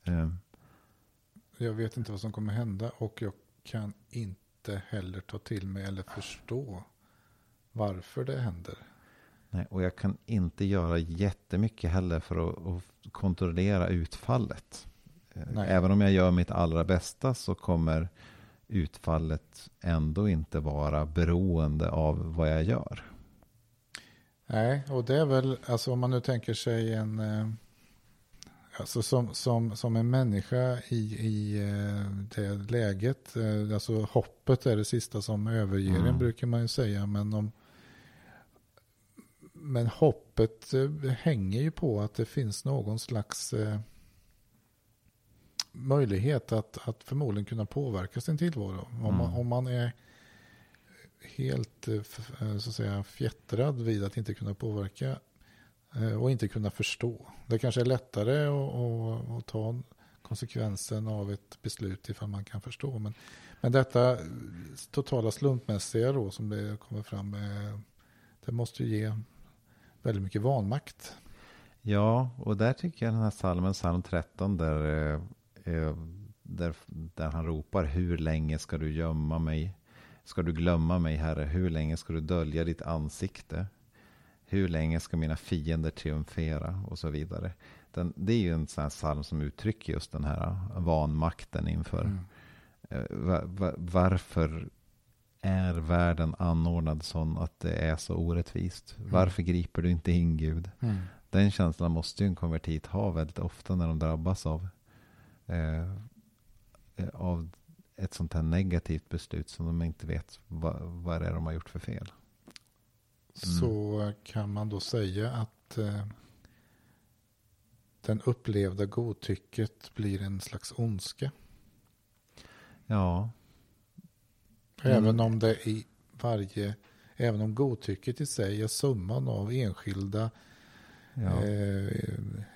Jag vet inte vad som kommer hända och jag kan inte heller ta till mig eller förstå varför det händer. Nej, och jag kan inte göra jättemycket heller för att, att kontrollera utfallet. Nej. Även om jag gör mitt allra bästa så kommer utfallet ändå inte vara beroende av vad jag gör. Nej, och det är väl, alltså om man nu tänker sig en... Alltså som, som, som en människa i, i det läget, alltså hoppet är det sista som överger mm. en, brukar man ju säga. Men, om, men hoppet hänger ju på att det finns någon slags eh, möjlighet att, att förmodligen kunna påverka sin tillvaro. Mm. Om, man, om man är helt så att säga, fjättrad vid att inte kunna påverka och inte kunna förstå. Det kanske är lättare att, att, att ta konsekvensen av ett beslut ifall man kan förstå. Men, men detta totala slumpmässiga då, som det kommer fram, det måste ju ge väldigt mycket vanmakt. Ja, och där tycker jag den här salmen, psalm tretton, där, där, där han ropar: hur länge ska du gömma mig? Ska du glömma mig, Herre? Hur länge ska du dölja ditt ansikte? Hur länge ska mina fiender triumfera? Och så vidare. Den, det är ju en sån här psalm som uttrycker just den här vanmakten inför. Mm. Var, var, varför är världen anordnad sån att det är så orättvist? Mm. Varför griper du inte in, Gud? Mm. Den känslan måste ju en konvertit ha väldigt ofta när de drabbas av, eh, av ett sånt här negativt beslut som de inte vet vad, vad det är de har gjort för fel. Mm. Så kan man då säga att eh, den upplevda godtycket blir en slags ondska. Ja. Även mm. om det i varje, även om godtycket i sig är summan av enskilda ja. eh,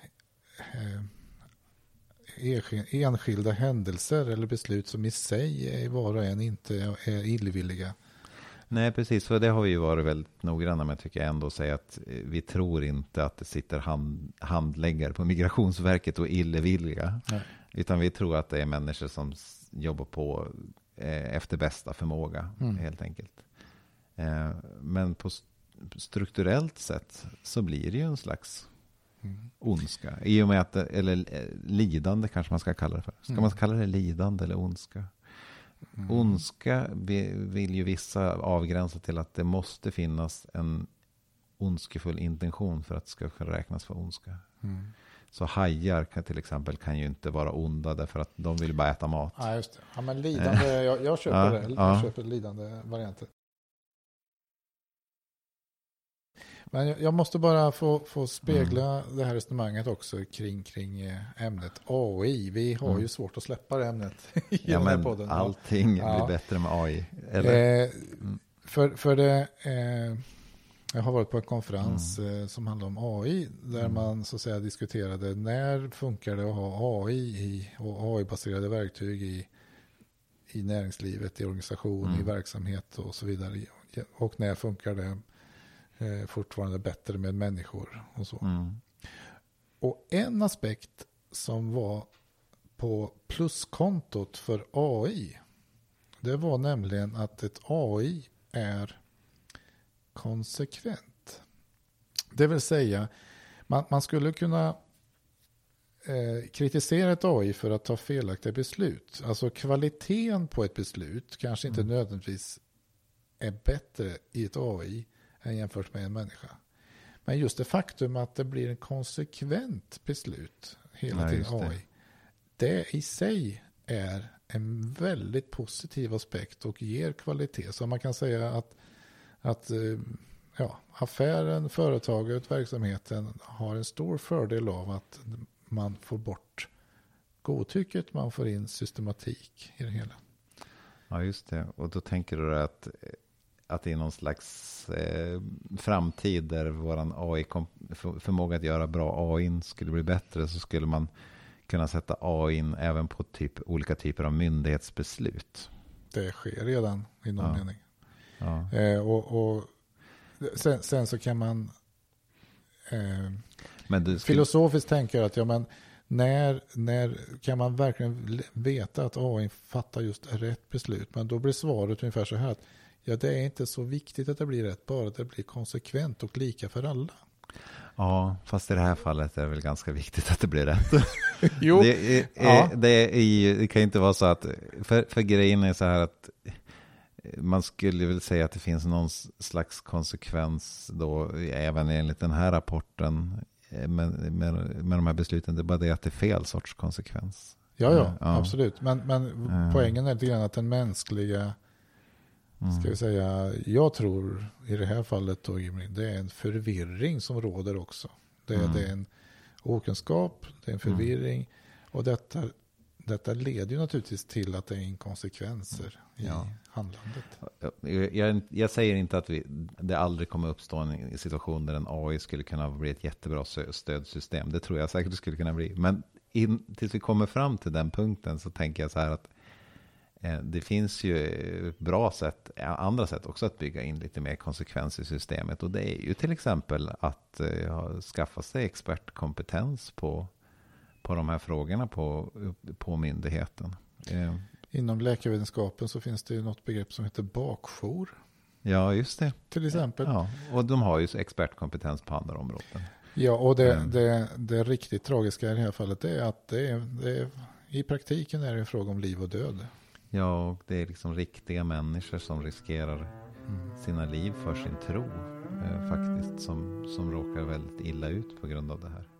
eh, enskilda händelser eller beslut som i sig är var och en inte är illvilliga. Nej, precis. För det har vi ju varit väldigt noggranna med, tycker jag ändå, att säga att vi tror inte att det sitter hand, handläggare på Migrationsverket och illvilliga. Nej. Utan vi tror att det är människor som jobbar på eh, efter bästa förmåga, mm. helt enkelt. Eh, men på strukturellt sätt så blir det ju en slags mm. ondska. I och med att, det, eller eh, lidande kanske man ska kalla det för. Ska mm. man kalla det lidande eller ondska? Mm. Ondska vill ju vissa avgränsa till att det måste finnas en ondskefull intention för att det ska kunna räknas för ondska. Mm. Så hajar kan till exempel kan ju inte vara onda därför att de vill bara äta mat. Ja, just det. Ja, men lidande, jag, jag köper ja, det. Jag ja. köper lidande varianter. Men jag, jag måste bara få, få spegla mm. det här resonemanget också kring, kring ämnet A I. Vi har mm. ju svårt att släppa det ämnet i ja, den här men podden. allting ja. blir bättre med A I. Eller? Eh, mm. för, för det... Eh, jag har varit på en konferens mm. eh, som handlar om A I där mm. man så att säga diskuterade när funkar det att ha A I i, och A I-baserade verktyg i, i näringslivet, i organisation, mm. i verksamhet och så vidare. Och när funkar det eh, fortfarande bättre med människor och så. Mm. Och en aspekt som var på pluskontot för A I, det var nämligen att ett A I är konsekvent. Det vill säga, man, man skulle kunna eh, kritisera ett A I för att ta felaktiga beslut. Alltså kvaliteten på ett beslut kanske inte mm. nödvändigtvis är bättre i ett A I än jämfört med en människa. Men just det faktum att det blir en konsekvent beslut hela ja, tiden A I, det i sig är en väldigt positiv aspekt och ger kvalitet. Så man kan säga att att ja, affären, företaget, verksamheten har en stor fördel av att man får bort godtycket, man får in systematik i det hela. Ja, just det. Och då tänker du att, att i någon slags eh, framtid där våran A I kom, för, förmåga att göra bra A I skulle bli bättre, så skulle man kunna sätta A I även på typ, olika typer av myndighetsbeslut. Det sker redan i någon ja. mening. Ja. Eh, och, och sen, sen så kan man eh, men du skulle... filosofiskt tänka att ja, men när, när kan man verkligen veta att A I fattar just rätt beslut? Men då blir svaret ungefär så här att ja, det är inte så viktigt att det blir rätt, bara att det blir konsekvent och lika för alla. Ja, fast i det här fallet är det väl ganska viktigt att det blir rätt. Jo, det, är, ja. det, är, det kan inte vara så att, för, för grejen är så här att man skulle väl säga att det finns någon slags konsekvens då, även enligt den här rapporten med, med, med de här besluten. Det är bara det att det är fel sorts konsekvens. Ja, ja, ja. Absolut. Men, men mm. poängen är lite grann att den mänskliga, mm. ska vi säga, jag tror i det här fallet då, det är en förvirring som råder också. Det, mm. det är en okunskap, det är en förvirring mm. och detta Detta leder ju naturligtvis till att det är inkonsekvenser i ja. handlandet. Jag, jag, jag säger inte att vi, det aldrig kommer uppstå en situation där en A I skulle kunna bli ett jättebra stödsystem. Det tror jag säkert det skulle kunna bli. Men in, tills vi kommer fram till den punkten så tänker jag så här att eh, det finns ju bra sätt, andra sätt också att bygga in lite mer konsekvens i systemet. Och det är ju till exempel att eh, skaffa sig expertkompetens på på de här frågorna på, på myndigheten. Eh. Inom läkarvetenskapen så finns det ju något begrepp som heter bakjour. Ja, just det. Till exempel. Ja, och de har ju expertkompetens på andra områden. Ja, och det, mm. det, det riktigt tragiska i det här fallet är att det är, det är, i praktiken är det en fråga om liv och död. Ja, och det är liksom riktiga människor som riskerar mm. sina liv för sin tro eh, faktiskt, som, som råkar väldigt illa ut på grund av det här.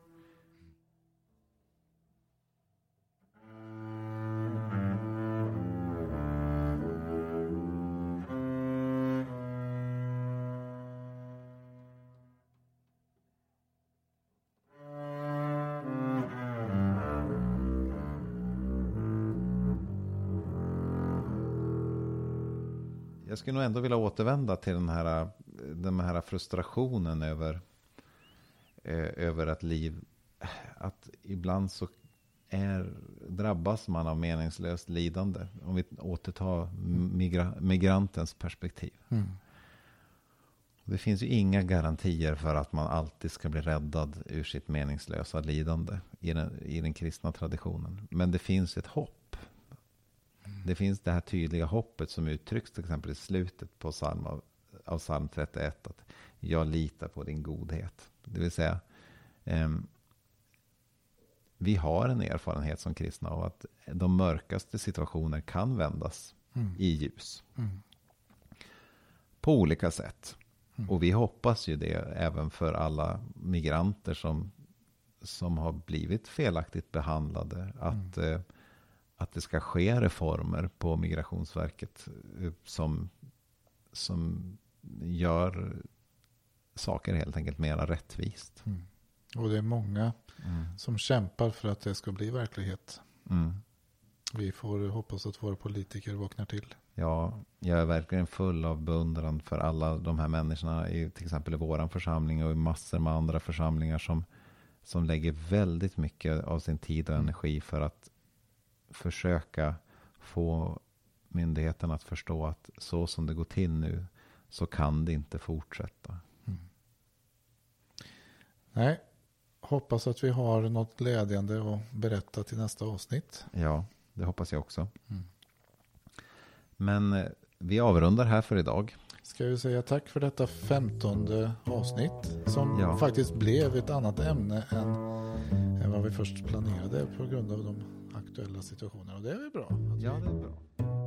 Jag skulle nog ändå vilja återvända till den här, den här frustrationen över, eh, över att liv, att ibland så är, drabbas man av meningslöst lidande. Om vi återtar migra, migrantens perspektiv. Mm. Det finns ju inga garantier för att man alltid ska bli räddad ur sitt meningslösa lidande i den, i den kristna traditionen. Men det finns ett hopp. Det finns det här tydliga hoppet som uttrycks till exempel i slutet på psalm av, av psalm trettioett. Att jag litar på din godhet. Det vill säga, eh, vi har en erfarenhet som kristna av att de mörkaste situationer kan vändas mm. i ljus. Mm. På olika sätt. Mm. Och vi hoppas ju det även för alla migranter som, som har blivit felaktigt behandlade. Att... Mm. Eh, att det ska ske reformer på Migrationsverket som, som gör saker helt enkelt mera rättvist. Mm. Och det är många mm. som kämpar för att det ska bli verklighet. Mm. Vi får hoppas att våra politiker vaknar till. Ja, jag är verkligen full av beundran för alla de här människorna i till exempel i våran församling och i massor med andra församlingar som, som lägger väldigt mycket av sin tid och energi för att försöka få myndigheten att förstå att så som det går till nu så kan det inte fortsätta. Mm. Nej, hoppas att vi har något glädjande att berätta till nästa avsnitt. Ja, det hoppas jag också. Mm. Men vi avrundar här för idag. Ska vi säga tack för detta femtonde avsnitt som ja. faktiskt blev ett annat ämne än, än vad vi först planerade på grund av de aktuella situationerna. Och det är väl bra? Ja, det är bra.